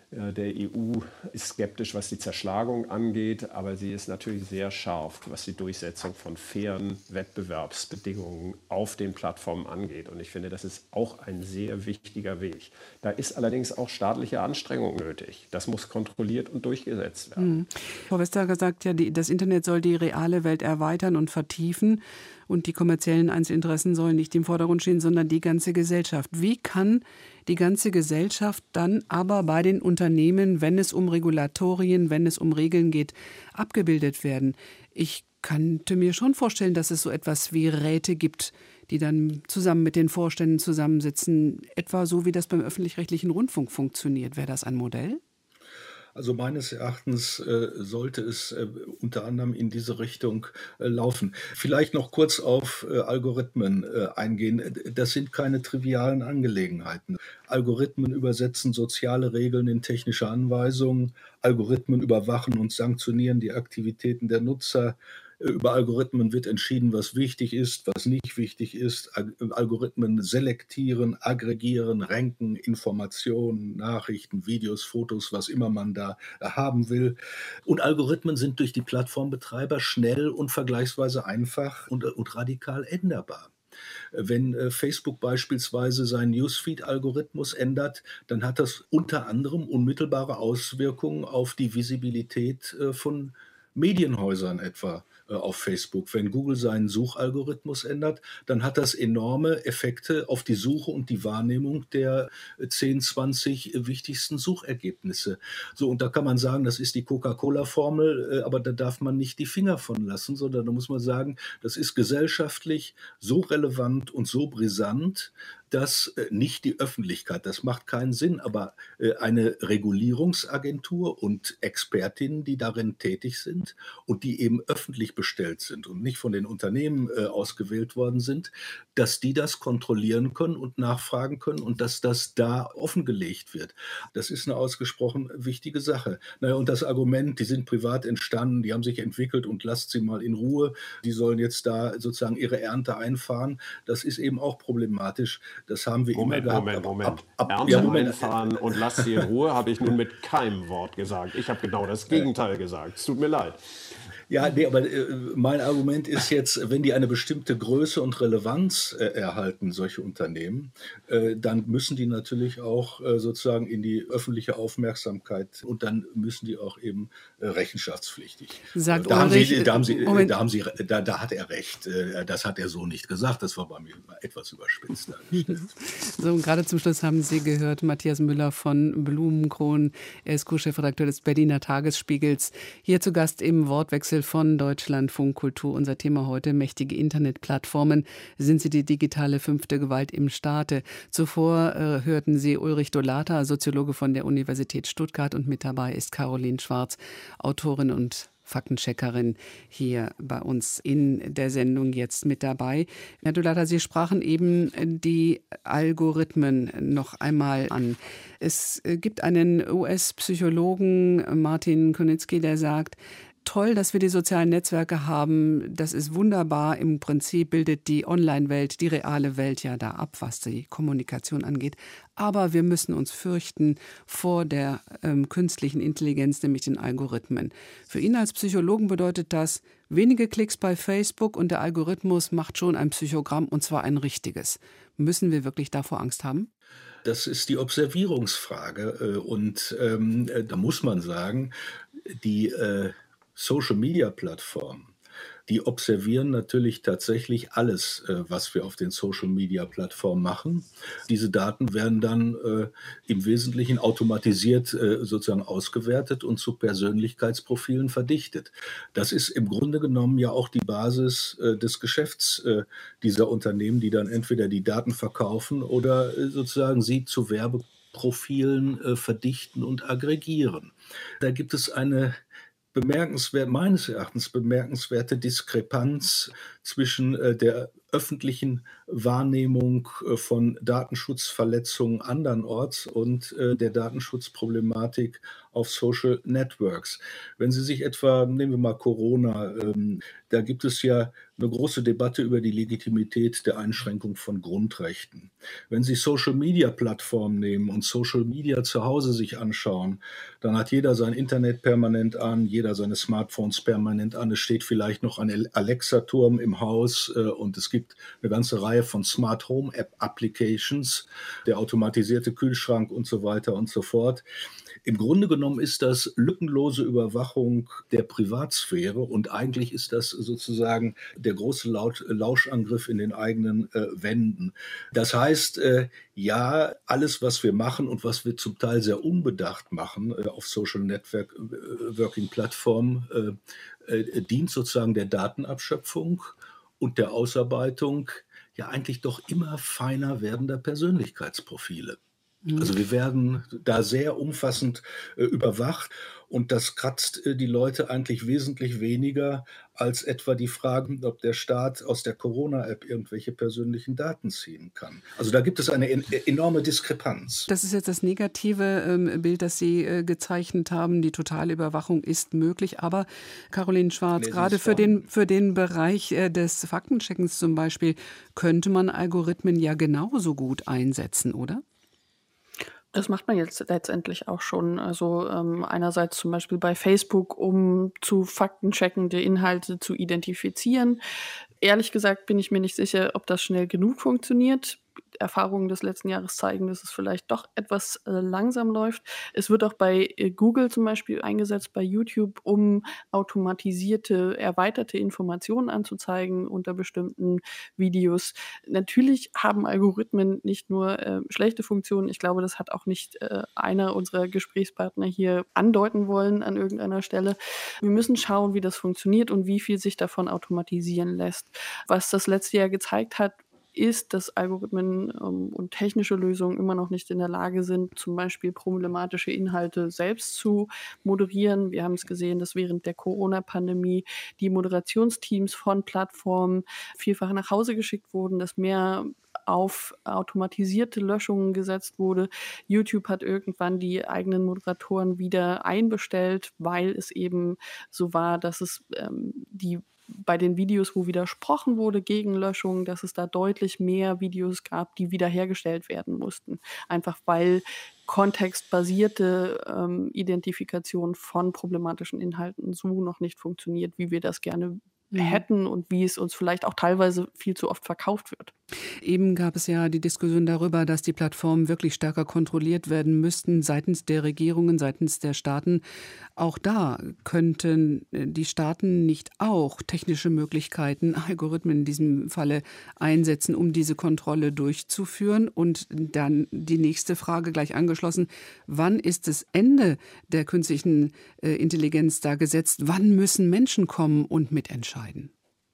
der E U ist skeptisch, was die Zerschlagung angeht, aber sie ist natürlich sehr scharf, was die Durchsetzung von fairen Wettbewerbsbedingungen auf den Plattformen angeht. Und ich finde, das ist auch ein sehr wichtiger Weg. Da ist allerdings auch staatliche Anstrengung nötig. Das muss kontrolliert und durchgesetzt werden. Mhm. Frau Vestager sagt ja, die, das Internet soll die reale Welt erweitern und vertiefen. Und die kommerziellen Einzelinteressen sollen nicht im Vordergrund stehen, sondern die ganze Gesellschaft. Wie kann die ganze Gesellschaft dann aber bei den Unternehmen, wenn es um Regulatorien, wenn es um Regeln geht, abgebildet werden? Ich könnte mir schon vorstellen, dass es so etwas wie Räte gibt, die dann zusammen mit den Vorständen zusammensitzen, etwa so wie das beim öffentlich-rechtlichen Rundfunk funktioniert. Wäre das ein Modell? Also meines Erachtens äh, sollte es äh, unter anderem in diese Richtung äh, laufen. Vielleicht noch kurz auf äh, Algorithmen äh, eingehen. Das sind keine trivialen Angelegenheiten. Algorithmen übersetzen soziale Regeln in technische Anweisungen. Algorithmen überwachen und sanktionieren die Aktivitäten der Nutzer. Über Algorithmen wird entschieden, was wichtig ist, was nicht wichtig ist. Algorithmen selektieren, aggregieren, ranken Informationen, Nachrichten, Videos, Fotos, was immer man da haben will. Und Algorithmen sind durch die Plattformbetreiber schnell und vergleichsweise einfach und, und radikal änderbar. Wenn äh, Facebook beispielsweise seinen Newsfeed-Algorithmus ändert, dann hat das unter anderem unmittelbare Auswirkungen auf die Visibilität äh, von Medienhäusern etwa äh, auf Facebook. Wenn Google seinen Suchalgorithmus ändert, dann hat das enorme Effekte auf die Suche und die Wahrnehmung der äh, zehn, zwanzig wichtigsten Suchergebnisse. So, und da kann man sagen, das ist die Coca-Cola-Formel, äh, aber da darf man nicht die Finger von lassen, sondern da muss man sagen, das ist gesellschaftlich so relevant und so brisant, dass äh, nicht die Öffentlichkeit, das macht keinen Sinn, aber äh, eine Regulierungsagentur und Expertinnen, die darin tätig sind und die eben öffentlich bestellt sind und nicht von den Unternehmen äh, ausgewählt worden sind, dass die das kontrollieren können und nachfragen können und dass das da offengelegt wird. Das ist eine ausgesprochen wichtige Sache. Naja, und das Argument, die sind privat entstanden, die haben sich entwickelt und lasst sie mal in Ruhe, die sollen jetzt da sozusagen ihre Ernte einfahren, das ist eben auch problematisch. Das haben wir Moment, immer gehabt. Moment, Moment. Ab, ab, Ernte ja, Moment. einfahren und lass sie in Ruhe, habe ich nun mit keinem Wort gesagt. Ich habe genau das Gegenteil gesagt. Es tut mir leid. Ja, nee, aber äh, mein Argument ist jetzt, wenn die eine bestimmte Größe und Relevanz äh, erhalten, solche Unternehmen, äh, dann müssen die natürlich auch äh, sozusagen in die öffentliche Aufmerksamkeit und dann müssen die auch eben äh, rechenschaftspflichtig. Sagt da, haben Ulrich, sie, da, haben sie, Moment. da, haben sie, da, da hat er recht. Äh, das hat er so nicht gesagt. Das war bei mir etwas überspitzt dargestellt. So, und gerade zum Schluss haben Sie gehört, Matthias Müller von Blumenkron, er ist Co-Chefredakteur des Berliner Tagesspiegels, hier zu Gast im Wortwechsel von Deutschlandfunk Kultur. Unser Thema heute: mächtige Internetplattformen. Sind sie die digitale fünfte Gewalt im Staate? Zuvor äh, hörten Sie Ulrich Dolata, Soziologe von der Universität Stuttgart, und mit dabei ist Caroline Schwarz, Autorin und Faktencheckerin, hier bei uns in der Sendung jetzt mit dabei. Herr Dolata, Sie sprachen eben die Algorithmen noch einmal an. Es gibt einen U S-Psychologen, Martin Konieczki, der sagt: Toll, dass wir die sozialen Netzwerke haben. Das ist wunderbar. Im Prinzip bildet die Online-Welt die reale Welt ja da ab, was die Kommunikation angeht. Aber wir müssen uns fürchten vor der ähm, künstlichen Intelligenz, nämlich den Algorithmen. Für ihn als Psychologen bedeutet das: wenige Klicks bei Facebook und der Algorithmus macht schon ein Psychogramm, und zwar ein richtiges. Müssen wir wirklich davor Angst haben? Das ist die Observierungsfrage. Und ähm, da muss man sagen, die äh, Social-Media-Plattformen, die observieren natürlich tatsächlich alles, äh, was wir auf den Social-Media-Plattformen machen. Diese Daten werden dann äh, im Wesentlichen automatisiert äh, sozusagen ausgewertet und zu Persönlichkeitsprofilen verdichtet. Das ist im Grunde genommen ja auch die Basis äh, des Geschäfts äh, dieser Unternehmen, die dann entweder die Daten verkaufen oder äh, sozusagen sie zu Werbeprofilen äh, verdichten und aggregieren. Da gibt es eine bemerkenswert, meines Erachtens bemerkenswerte Diskrepanz zwischen äh, der öffentlichen Wahrnehmung äh, von Datenschutzverletzungen andernorts und äh, der Datenschutzproblematik auf Social Networks. Wenn Sie sich etwa, nehmen wir mal Corona, ähm, da gibt es ja eine große Debatte über die Legitimität der Einschränkung von Grundrechten. Wenn Sie Social-Media-Plattformen nehmen und Social Media zu Hause sich anschauen, dann hat jeder sein Internet permanent an, jeder seine Smartphones permanent an. Es steht vielleicht noch ein Alexa-Turm im Haus äh, und es gibt eine ganze Reihe von Smart Home App Applications, der automatisierte Kühlschrank und so weiter und so fort. Im Grunde genommen ist das lückenlose Überwachung der Privatsphäre und eigentlich ist das sozusagen der große Laut, Lauschangriff in den eigenen äh, Wänden. Das heißt, äh, ja, alles, was wir machen und was wir zum Teil sehr unbedacht machen äh, auf Social Network äh, Working Plattformen, äh, äh, dient sozusagen der Datenabschöpfung und der Ausarbeitung ja eigentlich doch immer feiner werdender Persönlichkeitsprofile. Also wir werden da sehr umfassend äh, überwacht und das kratzt äh, die Leute eigentlich wesentlich weniger als etwa die Fragen, ob der Staat aus der Corona-App irgendwelche persönlichen Daten ziehen kann. Also da gibt es eine en enorme Diskrepanz. Das ist jetzt das negative ähm, Bild, das Sie äh, gezeichnet haben. Die totale Überwachung ist möglich. Aber Caroline Schwarz, Nee, gerade für den, für den Bereich äh, des Faktencheckens zum Beispiel, könnte man Algorithmen ja genauso gut einsetzen, oder? Das macht man jetzt letztendlich auch schon. Also ähm, einerseits zum Beispiel bei Facebook, um zu faktencheckende Inhalte zu identifizieren. Ehrlich gesagt bin ich mir nicht sicher, ob das schnell genug funktioniert. Erfahrungen des letzten Jahres zeigen, dass es vielleicht doch etwas äh, langsam läuft. Es wird auch bei äh, Google zum Beispiel eingesetzt, bei YouTube, um automatisierte, erweiterte Informationen anzuzeigen unter bestimmten Videos. Natürlich haben Algorithmen nicht nur äh, schlechte Funktionen. Ich glaube, das hat auch nicht äh, einer unserer Gesprächspartner hier andeuten wollen an irgendeiner Stelle. Wir müssen schauen, wie das funktioniert und wie viel sich davon automatisieren lässt. Was das letzte Jahr gezeigt hat, ist, dass Algorithmen ähm, und technische Lösungen immer noch nicht in der Lage sind, zum Beispiel problematische Inhalte selbst zu moderieren. Wir haben es gesehen, dass während der Corona-Pandemie die Moderationsteams von Plattformen vielfach nach Hause geschickt wurden, dass mehr auf automatisierte Löschungen gesetzt wurde. YouTube hat irgendwann die eigenen Moderatoren wieder einbestellt, weil es eben so war, dass es ähm, die bei den Videos, wo widersprochen wurde gegen Löschungen, dass es da deutlich mehr Videos gab, die wiederhergestellt werden mussten. Einfach weil kontextbasierte ähm, Identifikation von problematischen Inhalten so noch nicht funktioniert, wie wir das gerne Mhm. hätten und wie es uns vielleicht auch teilweise viel zu oft verkauft wird. Eben gab es ja die Diskussion darüber, dass die Plattformen wirklich stärker kontrolliert werden müssten seitens der Regierungen, seitens der Staaten. Auch da könnten die Staaten nicht auch technische Möglichkeiten, Algorithmen in diesem Falle einsetzen, um diese Kontrolle durchzuführen. Und dann die nächste Frage gleich angeschlossen: Wann ist das Ende der künstlichen äh, Intelligenz da gesetzt? Wann müssen Menschen kommen und mitentscheiden?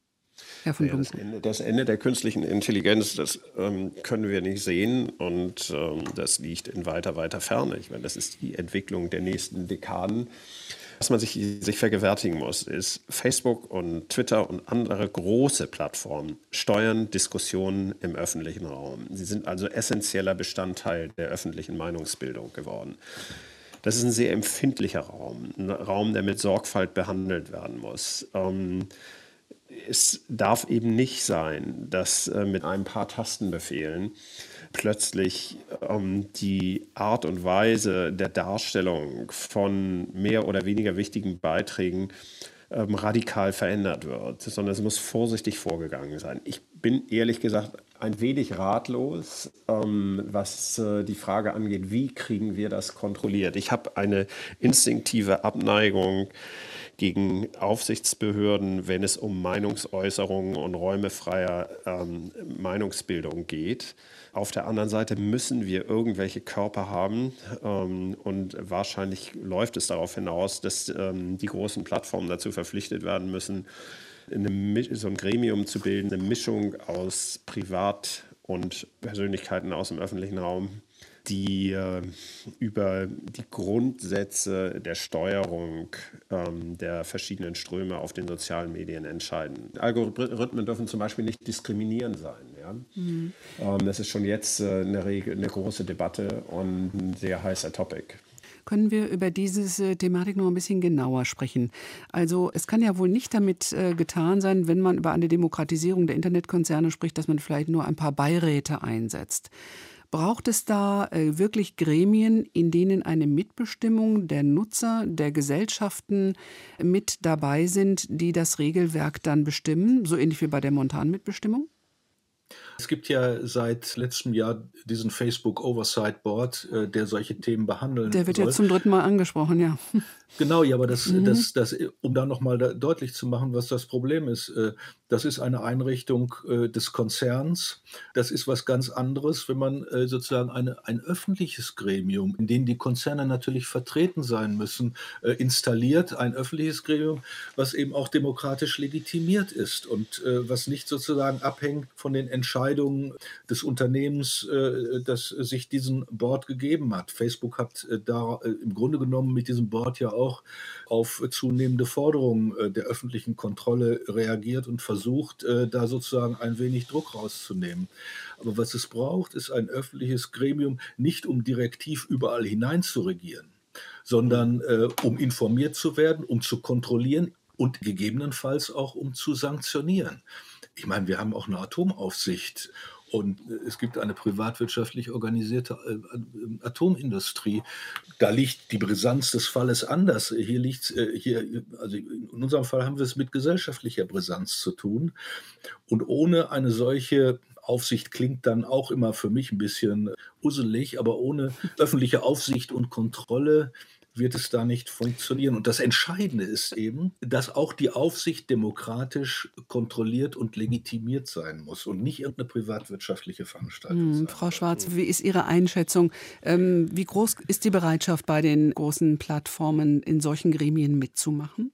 Herr von Ja, das, Blumko. Ende, das Ende der künstlichen Intelligenz, das ähm, können wir nicht sehen und ähm, das liegt in weiter, weiter Ferne. Ich meine, das ist die Entwicklung der nächsten Dekaden. Was man sich, sich vergewärtigen muss, ist, Facebook und Twitter und andere große Plattformen steuern Diskussionen im öffentlichen Raum. Sie sind also essentieller Bestandteil der öffentlichen Meinungsbildung geworden. Das ist ein sehr empfindlicher Raum, ein Raum, der mit Sorgfalt behandelt werden muss. Ähm, Es darf eben nicht sein, dass äh, mit ein paar Tastenbefehlen plötzlich ähm, die Art und Weise der Darstellung von mehr oder weniger wichtigen Beiträgen ähm, radikal verändert wird, sondern es muss vorsichtig vorgegangen sein. Ich bin ehrlich gesagt ein wenig ratlos, ähm, was äh, die Frage angeht, wie kriegen wir das kontrolliert. Ich habe eine instinktive Abneigung gegen Aufsichtsbehörden, wenn es um Meinungsäußerungen und räumefreier ähm, Meinungsbildung geht. Auf der anderen Seite müssen wir irgendwelche Körper haben ähm, und wahrscheinlich läuft es darauf hinaus, dass ähm, die großen Plattformen dazu verpflichtet werden müssen, eine, so ein Gremium zu bilden, eine Mischung aus Privat- und Persönlichkeiten aus dem öffentlichen Raum, die äh, über die Grundsätze der Steuerung ähm, der verschiedenen Ströme auf den sozialen Medien entscheiden. Algorithmen dürfen zum Beispiel nicht diskriminierend sein. Ja? Mhm. Ähm, das ist schon jetzt äh, eine, Regel, eine große Debatte und ein sehr heißer Topic. Können wir über diese Thematik noch ein bisschen genauer sprechen? Also es kann ja wohl nicht damit äh, getan sein, wenn man über eine Demokratisierung der Internetkonzerne spricht, dass man vielleicht nur ein paar Beiräte einsetzt. Braucht es da äh, wirklich Gremien, in denen eine Mitbestimmung der Nutzer, der Gesellschaften mit dabei sind, die das Regelwerk dann bestimmen, so ähnlich wie bei der Montanmitbestimmung? Es gibt ja seit letztem Jahr diesen Facebook Oversight Board, äh, der solche Themen behandeln Der wird soll. jetzt zum dritten Mal angesprochen, ja. Genau, ja, aber das, Mhm. das, das, um da nochmal da deutlich zu machen, was das Problem ist, äh, das ist eine Einrichtung äh, des Konzerns. Das ist was ganz anderes, wenn man äh, sozusagen eine, ein öffentliches Gremium, in dem die Konzerne natürlich vertreten sein müssen, äh, installiert, ein öffentliches Gremium, was eben auch demokratisch legitimiert ist und äh, was nicht sozusagen abhängt von den Entscheidungen des Unternehmens, äh, das sich diesen Board gegeben hat. Facebook hat äh, da äh, im Grunde genommen mit diesem Board ja auch auch auf zunehmende Forderungen äh, der öffentlichen Kontrolle reagiert und versucht, äh, da sozusagen ein wenig Druck rauszunehmen. Aber was es braucht, ist ein öffentliches Gremium, nicht um direktiv überall hinein zu regieren, sondern äh, um informiert zu werden, um zu kontrollieren und gegebenenfalls auch um zu sanktionieren. Ich meine, wir haben auch eine Atomaufsicht. Und es gibt eine privatwirtschaftlich organisierte äh, Atomindustrie. Da liegt die Brisanz des Falles anders. Hier liegt, äh, hier, also in unserem Fall haben wir es mit gesellschaftlicher Brisanz zu tun. Und ohne eine solche Aufsicht klingt dann auch immer für mich ein bisschen usselig, aber ohne öffentliche Aufsicht und Kontrolle wird es da nicht funktionieren. Und das Entscheidende ist eben, dass auch die Aufsicht demokratisch kontrolliert und legitimiert sein muss und nicht irgendeine privatwirtschaftliche Veranstaltung Hm, sein Frau soll. Schwarz, wie ist Ihre Einschätzung? Ähm, wie groß ist die Bereitschaft bei den großen Plattformen, in solchen Gremien mitzumachen?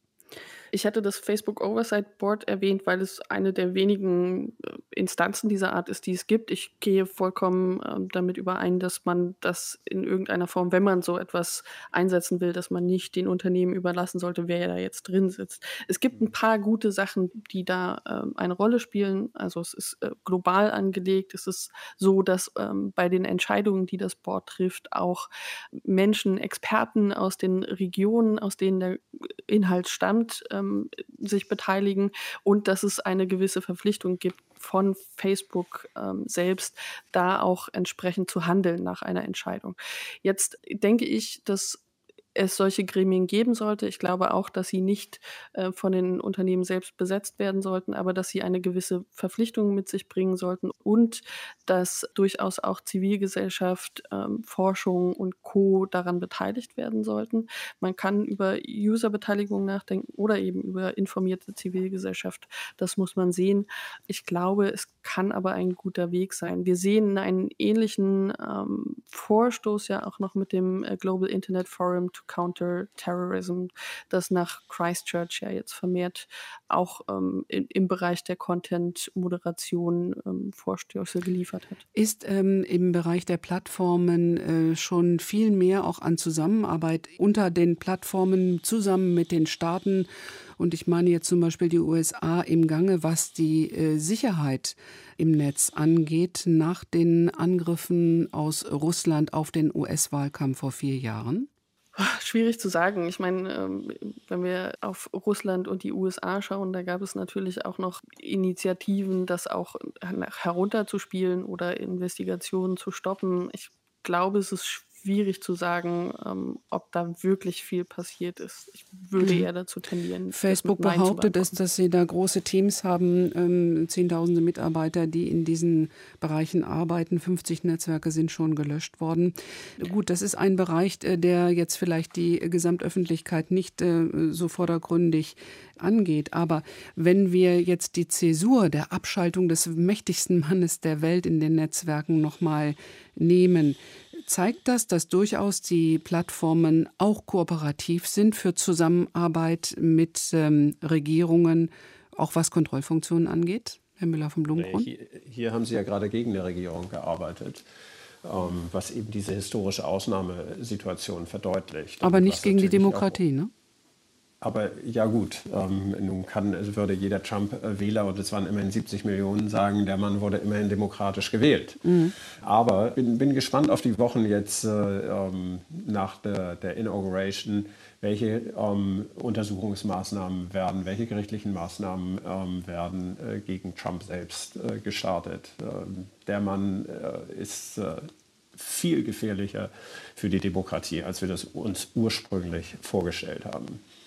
Ich hatte das Facebook Oversight Board erwähnt, weil es eine der wenigen äh, Instanzen dieser Art ist, die es gibt. Ich gehe vollkommen äh, damit überein, dass man das in irgendeiner Form, wenn man so etwas einsetzen will, dass man nicht den Unternehmen überlassen sollte, wer da jetzt drin sitzt. Es gibt ein paar gute Sachen, die da äh, eine Rolle spielen. Also es ist äh, global angelegt. Es ist so, dass ähm, bei den Entscheidungen, die das Board trifft, auch Menschen, Experten aus den Regionen, aus denen der Inhalt stammt, ähm, sich beteiligen und dass es eine gewisse Verpflichtung gibt von Facebook ähm, selbst, da auch entsprechend zu handeln nach einer Entscheidung. Jetzt denke ich, dass es solche Gremien geben sollte. Ich glaube auch, dass sie nicht äh, von den Unternehmen selbst besetzt werden sollten, aber dass sie eine gewisse Verpflichtung mit sich bringen sollten und dass durchaus auch Zivilgesellschaft, ähm, Forschung und Co. daran beteiligt werden sollten. Man kann über Userbeteiligung nachdenken oder eben über informierte Zivilgesellschaft. Das muss man sehen. Ich glaube, es kann aber ein guter Weg sein. Wir sehen einen ähnlichen ähm, Vorstoß ja auch noch mit dem äh, Global Internet Forum to Counter Terrorism, das nach Christchurch ja jetzt vermehrt auch ähm, in, im Bereich der Content-Moderation ähm, Vorstöße geliefert hat. Ist ähm, im Bereich der Plattformen äh, schon viel mehr auch an Zusammenarbeit unter den Plattformen zusammen mit den Staaten und ich meine jetzt zum Beispiel die U S A im Gange, was die äh, Sicherheit im Netz angeht, nach den Angriffen aus Russland auf den U S-Wahlkampf vor vier Jahren? Schwierig zu sagen. Ich meine, ähm, wenn wir auf Russland und die U S A schauen, da gab es natürlich auch noch Initiativen, das auch herunterzuspielen oder Investigationen zu stoppen. Ich glaube, es ist schwierig zu sagen, ähm, ob da wirklich viel passiert ist. Ich würde eher dazu tendieren. Facebook behauptet es, dass sie da große Teams haben, ähm, zehntausende Mitarbeiter, die in diesen Bereichen arbeiten. fünfzig Netzwerke sind schon gelöscht worden. Gut, das ist ein Bereich, der jetzt vielleicht die Gesamtöffentlichkeit nicht äh, so vordergründig angeht. Aber wenn wir jetzt die Zäsur der Abschaltung des mächtigsten Mannes der Welt in den Netzwerken nochmal nehmen, zeigt das, dass durchaus die Plattformen auch kooperativ sind für Zusammenarbeit mit ähm, Regierungen, auch was Kontrollfunktionen angeht? Herr Müller vom Blumengrund? Hier, hier haben Sie ja gerade gegen eine Regierung gearbeitet. ähm, was eben diese historische Ausnahmesituation verdeutlicht. Aber Und nicht was gegen die natürlich auch- Demokratie, ne? Aber ja gut, ähm, nun kann, also würde jeder Trump-Wähler, und es waren immerhin siebzig Millionen, sagen, der Mann wurde immerhin demokratisch gewählt. Aber bin, bin gespannt auf die Wochen jetzt äh, ähm, nach der, der Inauguration, welche ähm, Untersuchungsmaßnahmen werden, welche gerichtlichen Maßnahmen ähm, werden äh, gegen Trump selbst äh, gestartet. Ähm, der Mann äh, ist äh, viel gefährlicher für die Demokratie, als wir das uns ursprünglich vorgestellt haben.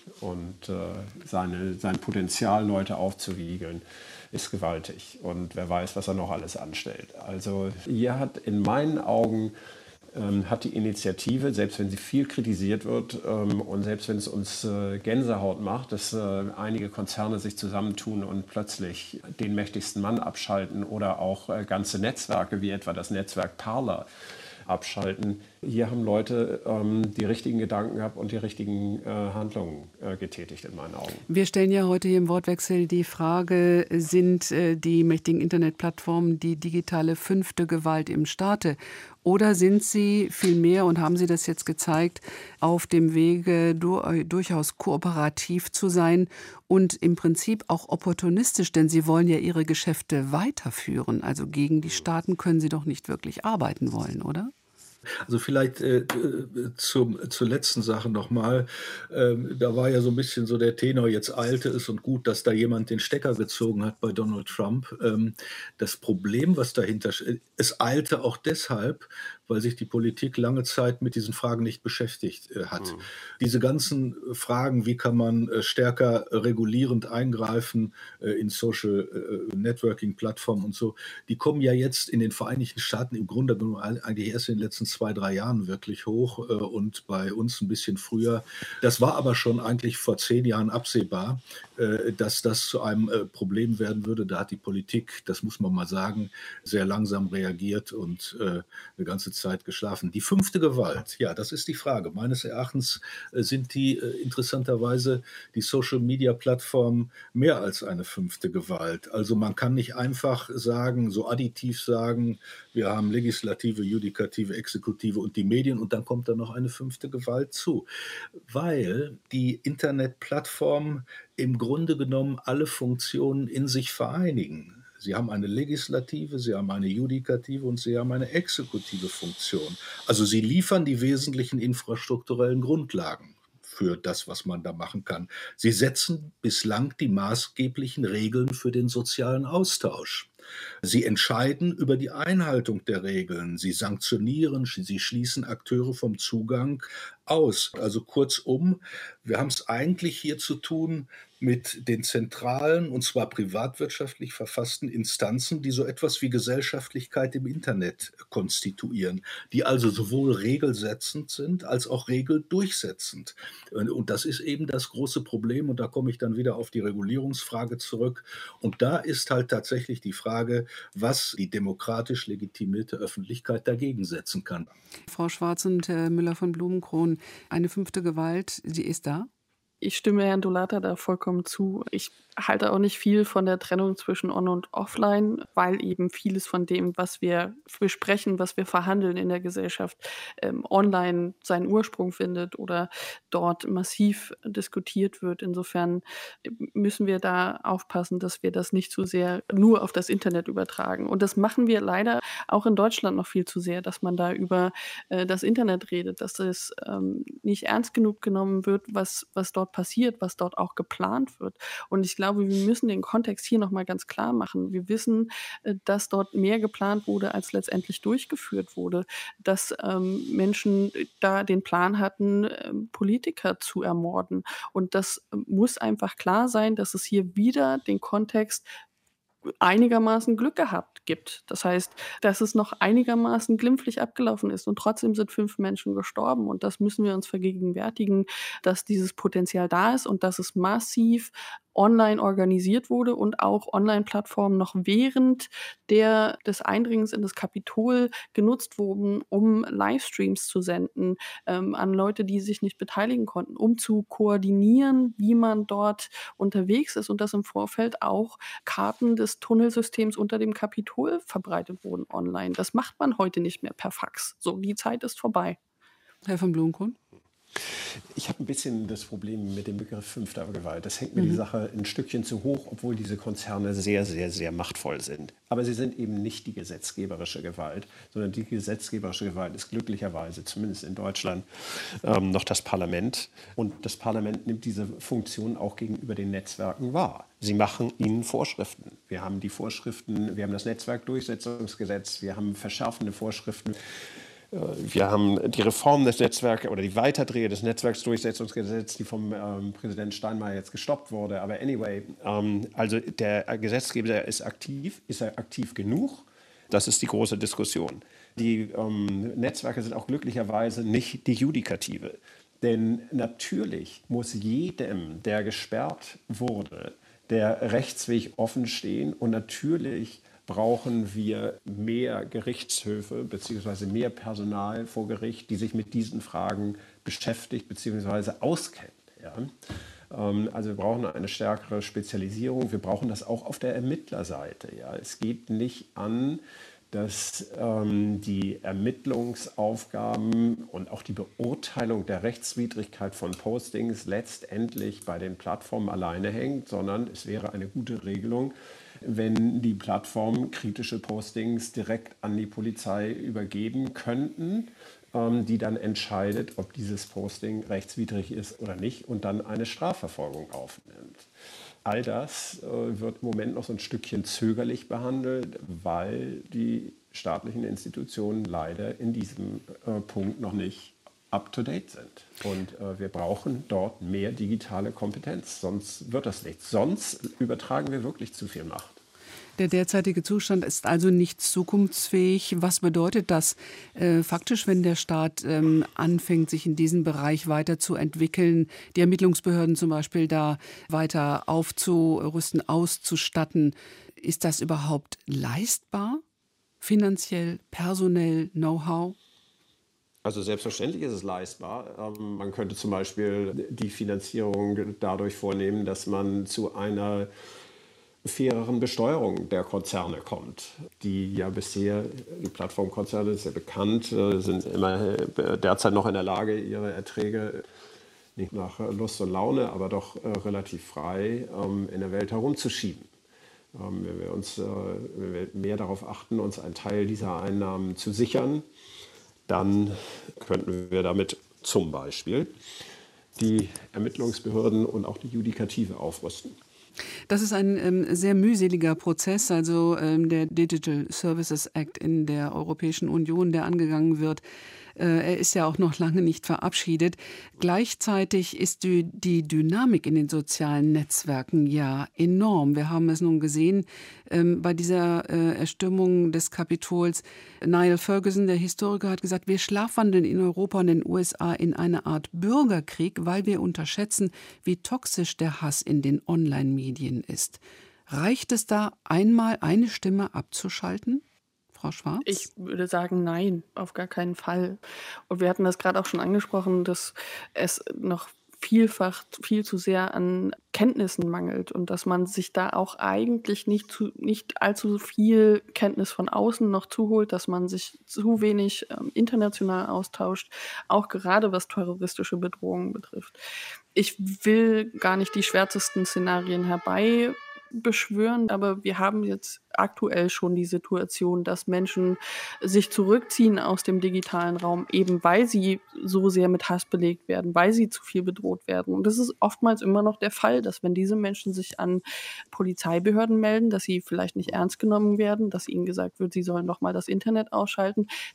Und äh, seine, sein Potenzial, Leute aufzuwiegeln, ist gewaltig. Und wer weiß, was er noch alles anstellt. Also hier hat in meinen Augen ähm, hat die Initiative, selbst wenn sie viel kritisiert wird ähm, und selbst wenn es uns äh, Gänsehaut macht, dass äh, einige Konzerne sich zusammentun und plötzlich den mächtigsten Mann abschalten oder auch äh, ganze Netzwerke wie etwa das Netzwerk Parler abschalten. Hier haben Leute ähm, die richtigen Gedanken gehabt und die richtigen äh, Handlungen äh, getätigt in meinen Augen. Wir stellen ja heute hier im Wortwechsel die Frage, sind äh, die mächtigen Internetplattformen die digitale fünfte Gewalt im Staate? Oder sind sie vielmehr, und haben Sie das jetzt gezeigt, auf dem Wege du, durchaus kooperativ zu sein und im Prinzip auch opportunistisch, denn sie wollen ja ihre Geschäfte weiterführen. Also gegen die Staaten können sie doch nicht wirklich arbeiten wollen, oder? Also vielleicht äh, zum, zur letzten Sache nochmal. Ähm, da war ja so ein bisschen so der Tenor, jetzt eilte es und gut, dass da jemand den Stecker gezogen hat bei Donald Trump. Ähm, das Problem, was dahinter steht, es eilte auch deshalb, weil sich die Politik lange Zeit mit diesen Fragen nicht beschäftigt äh, hat. Mhm. Diese ganzen Fragen, wie kann man äh, stärker regulierend eingreifen äh, in Social äh, Networking-Plattformen und so, die kommen ja jetzt in den Vereinigten Staaten im Grunde genommen eigentlich erst in den letzten zwei, drei Jahren wirklich hoch äh, und bei uns ein bisschen früher. Das war aber schon eigentlich vor zehn Jahren absehbar, äh, dass das zu einem äh, Problem werden würde. Da hat die Politik, das muss man mal sagen, sehr langsam reagiert und äh, eine ganze Zeit geschlafen. Die fünfte Gewalt, ja, das ist die Frage. Meines Erachtens äh, sind die äh, interessanterweise die Social-Media-Plattformen mehr als eine fünfte Gewalt. Also man kann nicht einfach sagen, so additiv sagen, wir haben Legislative, Judikative, Exekutive und die Medien und dann kommt da noch eine fünfte Gewalt zu, weil die Internetplattformen im Grunde genommen alle Funktionen in sich vereinigen. Sie haben eine legislative, sie haben eine judikative und sie haben eine exekutive Funktion. Also sie liefern die wesentlichen infrastrukturellen Grundlagen für das, was man da machen kann. Sie setzen bislang die maßgeblichen Regeln für den sozialen Austausch. Sie entscheiden über die Einhaltung der Regeln, sie sanktionieren, sie schließen Akteure vom Zugang aus. Also kurzum, wir haben es eigentlich hier zu tun mit den zentralen, und zwar privatwirtschaftlich verfassten Instanzen, die so etwas wie Gesellschaftlichkeit im Internet konstituieren, die also sowohl regelsetzend sind als auch regeldurchsetzend. Und das ist eben das große Problem, und da komme ich dann wieder auf die Regulierungsfrage zurück. Und da ist halt tatsächlich die Frage, was die demokratisch legitimierte Öffentlichkeit dagegen setzen kann. Frau Schwarz und Herr Müller von Blumenkron, eine fünfte Gewalt, die ist da? Ich stimme Herrn Dolata da vollkommen zu. Ich halte auch nicht viel von der Trennung zwischen On- und Offline, weil eben vieles von dem, was wir besprechen, was wir verhandeln in der Gesellschaft, ähm, online seinen Ursprung findet oder dort massiv diskutiert wird. Insofern müssen wir da aufpassen, dass wir das nicht zu sehr nur auf das Internet übertragen. Und das machen wir leider auch in Deutschland noch viel zu sehr, dass man da über äh, das Internet redet, dass es ähm, nicht ernst genug genommen wird, was, was dort passiert, was dort auch geplant wird. Und ich glaube, wir müssen den Kontext hier nochmal ganz klar machen. Wir wissen, äh, dass dort mehr geplant wurde, als letztendlich durchgeführt wurde, dass ähm, Menschen da den Plan hatten, äh, Politiker zu ermorden. Und das äh, muss einfach klar sein, dass es hier wieder den Kontext einigermaßen Glück gehabt gibt. Das heißt, dass es noch einigermaßen glimpflich abgelaufen ist und trotzdem sind fünf Menschen gestorben und das müssen wir uns vergegenwärtigen, dass dieses Potenzial da ist und dass es massiv online organisiert wurde und auch Online-Plattformen noch während der, des Eindringens in das Kapitol genutzt wurden, um Livestreams zu senden ähm, an Leute, die sich nicht beteiligen konnten, um zu koordinieren, wie man dort unterwegs ist und dass im Vorfeld auch Karten des Tunnelsystems unter dem Kapitol verbreitet wurden online. Das macht man heute nicht mehr per Fax. So, die Zeit ist vorbei. Herr von Blumenkohl? Ich habe ein bisschen das Problem mit dem Begriff fünfter Gewalt. Das hängt mir mhm. die Sache ein Stückchen zu hoch, obwohl diese Konzerne sehr, sehr, sehr machtvoll sind. Aber sie sind eben nicht die gesetzgeberische Gewalt, sondern die gesetzgeberische Gewalt ist glücklicherweise, zumindest in Deutschland, ähm, noch das Parlament. Und das Parlament nimmt diese Funktion auch gegenüber den Netzwerken wahr. Sie machen ihnen Vorschriften. Wir haben die Vorschriften, wir haben das Netzwerkdurchsetzungsgesetz, wir haben verschärfende Vorschriften. Wir haben die Reform des Netzwerks oder die Weiterdrehe des Netzwerksdurchsetzungsgesetzes, die vom ähm, Präsident Steinmeier jetzt gestoppt wurde. Aber anyway, ähm, also der Gesetzgeber ist aktiv. Ist er aktiv genug? Das ist die große Diskussion. Die ähm, Netzwerke sind auch glücklicherweise nicht die Judikative. Denn natürlich muss jedem, der gesperrt wurde, der Rechtsweg offen stehen. Und natürlich brauchen wir mehr Gerichtshöfe bzw. mehr Personal vor Gericht, die sich mit diesen Fragen beschäftigt bzw. auskennt. Ja? Ähm, also wir brauchen eine stärkere Spezialisierung. Wir brauchen das auch auf der Ermittlerseite. Ja? Es geht nicht an, dass ähm, die Ermittlungsaufgaben und auch die Beurteilung der Rechtswidrigkeit von Postings letztendlich bei den Plattformen alleine hängt, sondern es wäre eine gute Regelung, wenn die Plattformen kritische Postings direkt an die Polizei übergeben könnten, ähm, die dann entscheidet, ob dieses Posting rechtswidrig ist oder nicht und dann eine Strafverfolgung aufnimmt. All das äh, wird im Moment noch so ein Stückchen zögerlich behandelt, weil die staatlichen Institutionen leider in diesem äh, Punkt noch nicht up-to-date sind. Und äh, wir brauchen dort mehr digitale Kompetenz, sonst wird das nichts. Sonst übertragen wir wirklich zu viel Macht. Der derzeitige Zustand ist also nicht zukunftsfähig. Was bedeutet das äh, faktisch, wenn der Staat ähm, anfängt, sich in diesem Bereich weiterzuentwickeln, die Ermittlungsbehörden zum Beispiel da weiter aufzurüsten, auszustatten? Ist das überhaupt leistbar? Finanziell, personell, Know-how? Also selbstverständlich ist es leistbar. Ähm, man könnte zum Beispiel die Finanzierung dadurch vornehmen, dass man zu einer faireren Besteuerung der Konzerne kommt, die ja bisher, die Plattformkonzerne, ist ja bekannt, sind immer derzeit noch in der Lage, ihre Erträge nicht nach Lust und Laune, aber doch relativ frei in der Welt herumzuschieben. Wenn wir uns wenn wir mehr darauf achten, uns einen Teil dieser Einnahmen zu sichern, dann könnten wir damit zum Beispiel die Ermittlungsbehörden und auch die Judikative aufrüsten. Das ist ein ähm, sehr mühseliger Prozess, also ähm, der Digital Services Act in der Europäischen Union, der angegangen wird. Äh, er ist ja auch noch lange nicht verabschiedet. Gleichzeitig ist die, die Dynamik in den sozialen Netzwerken ja enorm. Wir haben es nun gesehen ähm, bei dieser äh, Erstürmung des Kapitols. Niall Ferguson, der Historiker, hat gesagt, wir schlafwandeln in Europa und den U S A in eine Art Bürgerkrieg, weil wir unterschätzen, wie toxisch der Hass in den Online-Medien ist. Reicht es da, einmal eine Stimme abzuschalten? Frau Schwarz? Ich würde sagen, nein, auf gar keinen Fall. Und wir hatten das gerade auch schon angesprochen, dass es noch vielfach viel zu sehr an Kenntnissen mangelt und dass man sich da auch eigentlich nicht, zu, nicht allzu viel Kenntnis von außen noch zuholt, dass man sich zu wenig ähm, international austauscht, auch gerade was terroristische Bedrohungen betrifft. Ich will gar nicht die schwärzesten Szenarien herbei beschwören, aber wir haben jetzt aktuell schon die Situation, dass Menschen sich zurückziehen aus dem digitalen Raum, eben weil sie so sehr mit Hass belegt werden, weil sie zu viel bedroht werden. Und das ist oftmals immer noch der Fall, dass wenn diese Menschen sich an Polizeibehörden melden, dass sie vielleicht nicht ernst genommen werden, dass ihnen gesagt wird, sie sollen doch mal das Internet ausschalten, dass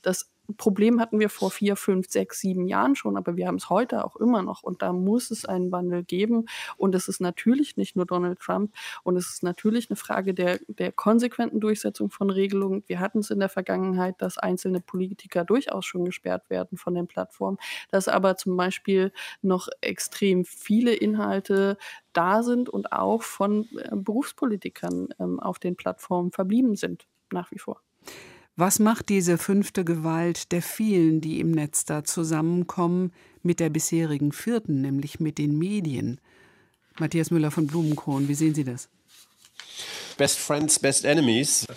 Problem hatten wir vor vier, fünf, sechs, sieben Jahren schon, aber wir haben es heute auch immer noch und da muss es einen Wandel geben und es ist natürlich nicht nur Donald Trump und es ist natürlich eine Frage der, der konsequenten Durchsetzung von Regelungen. Wir hatten es in der Vergangenheit, dass einzelne Politiker durchaus schon gesperrt werden von den Plattformen, dass aber zum Beispiel noch extrem viele Inhalte da sind und auch von äh, Berufspolitikern ähm, auf den Plattformen verblieben sind, nach wie vor. Was macht diese fünfte Gewalt der vielen, die im Netz da zusammenkommen, mit der bisherigen vierten, nämlich mit den Medien? Matthias Müller von Blumenkron, wie sehen Sie das? Best Friends, Best Enemies.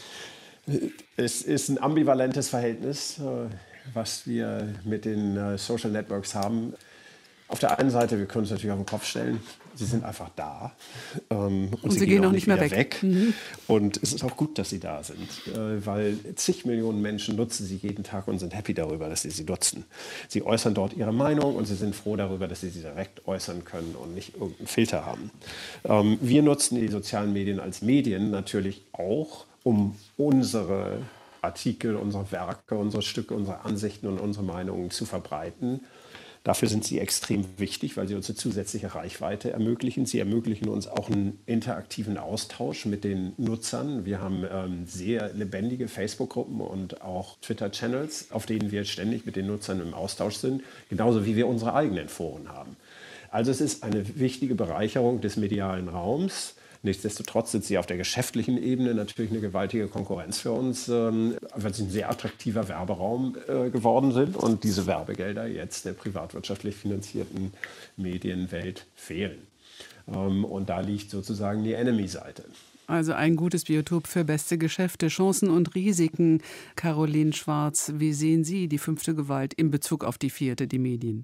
Es ist ein ambivalentes Verhältnis, was wir mit den Social Networks haben. Auf der einen Seite, wir können es natürlich auf den Kopf stellen, sie sind einfach da ähm, und, und sie, sie gehen auch nicht mehr weg. weg. Mhm. Und es ist auch gut, dass sie da sind, äh, weil zig Millionen Menschen nutzen sie jeden Tag und sind happy darüber, dass sie sie nutzen. Sie äußern dort ihre Meinung und sie sind froh darüber, dass sie sie direkt äußern können und nicht irgendeinen Filter haben. Ähm, wir nutzen die sozialen Medien als Medien natürlich auch, um unsere Artikel, unsere Werke, unsere Stücke, unsere Ansichten und unsere Meinungen zu verbreiten. Dafür sind sie extrem wichtig, weil sie uns eine zusätzliche Reichweite ermöglichen. Sie ermöglichen uns auch einen interaktiven Austausch mit den Nutzern. Wir haben ähm, sehr lebendige Facebook-Gruppen und auch Twitter-Channels, auf denen wir ständig mit den Nutzern im Austausch sind, genauso wie wir unsere eigenen Foren haben. Also es ist eine wichtige Bereicherung des medialen Raums. Nichtsdestotrotz sind sie auf der geschäftlichen Ebene natürlich eine gewaltige Konkurrenz für uns, ähm, weil sie ein sehr attraktiver Werberaum äh, geworden sind und diese Werbegelder jetzt der privatwirtschaftlich finanzierten Medienwelt fehlen. Ähm, und da liegt sozusagen die Enemy-Seite. Also ein gutes Biotop für beste Geschäfte, Chancen und Risiken. Caroline Schwarz, wie sehen Sie die fünfte Gewalt in Bezug auf die vierte, die Medien?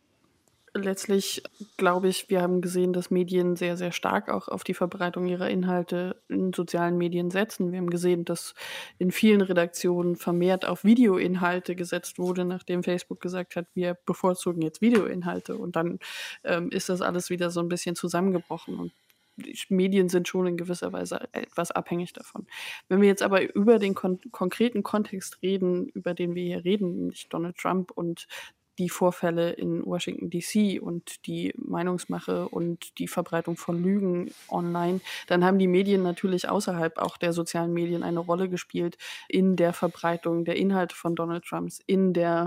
Letztlich glaube ich, wir haben gesehen, dass Medien sehr, sehr stark auch auf die Verbreitung ihrer Inhalte in sozialen Medien setzen. Wir haben gesehen, dass in vielen Redaktionen vermehrt auf Videoinhalte gesetzt wurde, nachdem Facebook gesagt hat, wir bevorzugen jetzt Videoinhalte. Und dann ähm, ist das alles wieder so ein bisschen zusammengebrochen. Und die Medien sind schon in gewisser Weise etwas abhängig davon. Wenn wir jetzt aber über den kon- konkreten Kontext reden, über den wir hier reden, nämlich Donald Trump und die Vorfälle in Washington D C und die Meinungsmache und die Verbreitung von Lügen online, dann haben die Medien natürlich außerhalb auch der sozialen Medien eine Rolle gespielt in der Verbreitung der Inhalte von Donald Trumps, in der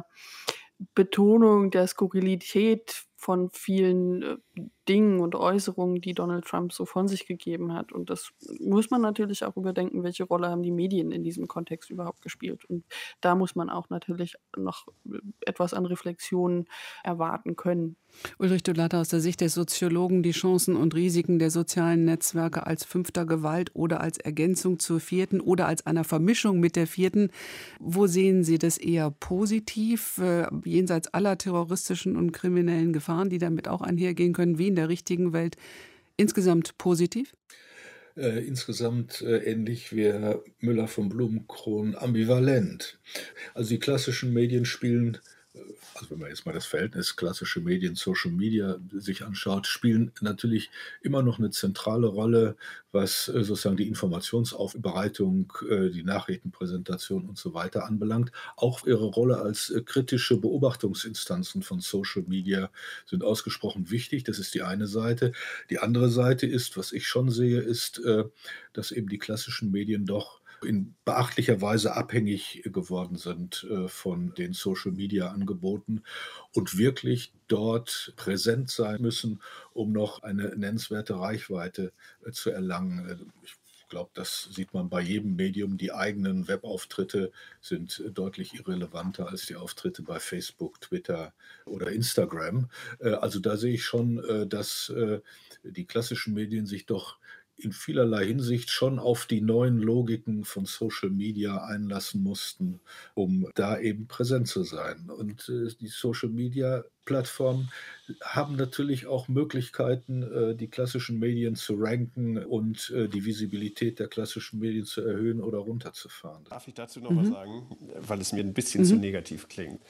Betonung der Skurrilität von vielen äh, Dingen und Äußerungen, die Donald Trump so von sich gegeben hat. Und das muss man natürlich auch überdenken, welche Rolle haben die Medien in diesem Kontext überhaupt gespielt. Und da muss man auch natürlich noch etwas an Reflexion erwarten können. Ulrich Dulatter, aus der Sicht des Soziologen, die Chancen und Risiken der sozialen Netzwerke als fünfter Gewalt oder als Ergänzung zur vierten oder als einer Vermischung mit der vierten. Wo sehen Sie das eher positiv, äh, jenseits aller terroristischen und kriminellen Gefahren, die damit auch einhergehen können, wie in der richtigen Welt, insgesamt positiv? Äh, insgesamt äh, ähnlich wie Herr Müller von Blumenkron ambivalent. Also die klassischen Medien spielen, also wenn man jetzt mal das Verhältnis klassische Medien, Social Media sich anschaut, spielen natürlich immer noch eine zentrale Rolle, was äh, sozusagen die Informationsaufbereitung, äh, die Nachrichtenpräsentation und so weiter anbelangt. Auch ihre Rolle als äh, kritische Beobachtungsinstanzen von Social Media sind ausgesprochen wichtig. Das ist die eine Seite. Die andere Seite ist, was ich schon sehe, ist, äh, dass eben die klassischen Medien doch in beachtlicher Weise abhängig geworden sind äh, von den Social-Media-Angeboten und wirklich dort präsent sein müssen, um noch eine nennenswerte Reichweite äh, zu erlangen. Ich glaube, das sieht man bei jedem Medium. Die eigenen Webauftritte sind äh, deutlich irrelevanter als die Auftritte bei Facebook, Twitter oder Instagram. Äh, also da sehe ich schon, äh, dass äh, die klassischen Medien sich doch in vielerlei Hinsicht schon auf die neuen Logiken von Social Media einlassen mussten, um da eben präsent zu sein. Und äh, die Social Media Plattformen haben natürlich auch Möglichkeiten, äh, die klassischen Medien zu ranken und äh, die Visibilität der klassischen Medien zu erhöhen oder runterzufahren. Darf ich dazu noch mhm. was sagen, weil es mir ein bisschen mhm. zu negativ klingt?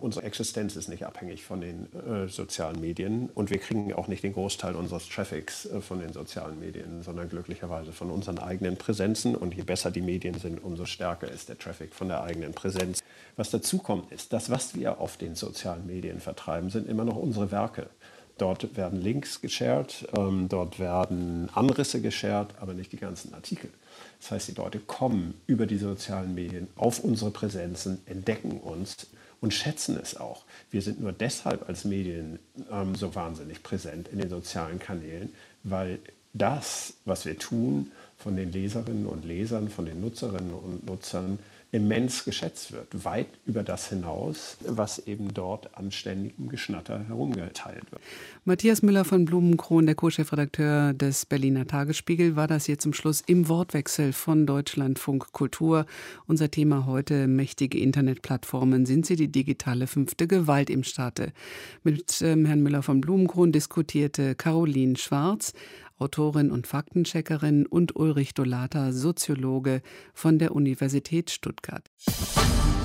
Unsere Existenz ist nicht abhängig von den äh, sozialen Medien und wir kriegen auch nicht den Großteil unseres Traffics äh, von den sozialen Medien, sondern glücklicherweise von unseren eigenen Präsenzen. Und je besser die Medien sind, umso stärker ist der Traffic von der eigenen Präsenz. Was dazu kommt, ist, das, was wir auf den sozialen Medien vertreiben, sind immer noch unsere Werke. Dort werden Links geshared, ähm, dort werden Anrisse geshared, aber nicht die ganzen Artikel. Das heißt, die Leute kommen über die sozialen Medien auf unsere Präsenzen, entdecken uns und schätzen es auch. Wir sind nur deshalb als Medien ähm, so wahnsinnig präsent in den sozialen Kanälen, weil das, was wir tun, von den Leserinnen und Lesern, von den Nutzerinnen und Nutzern immens geschätzt wird, weit über das hinaus, was eben dort an ständigem Geschnatter herumgeteilt wird. Matthias Müller von Blumenkron, der Co-Chefredakteur des Berliner Tagesspiegel, war das hier zum Schluss im Wortwechsel von Deutschlandfunk Kultur. Unser Thema heute: mächtige Internetplattformen. Sind sie die digitale fünfte Gewalt im Staate? Mit ähm, Herrn Müller von Blumenkron diskutierte Caroline Schwarz, Autorin und Faktencheckerin, und Ulrich Dolata, Soziologe von der Universität Stuttgart.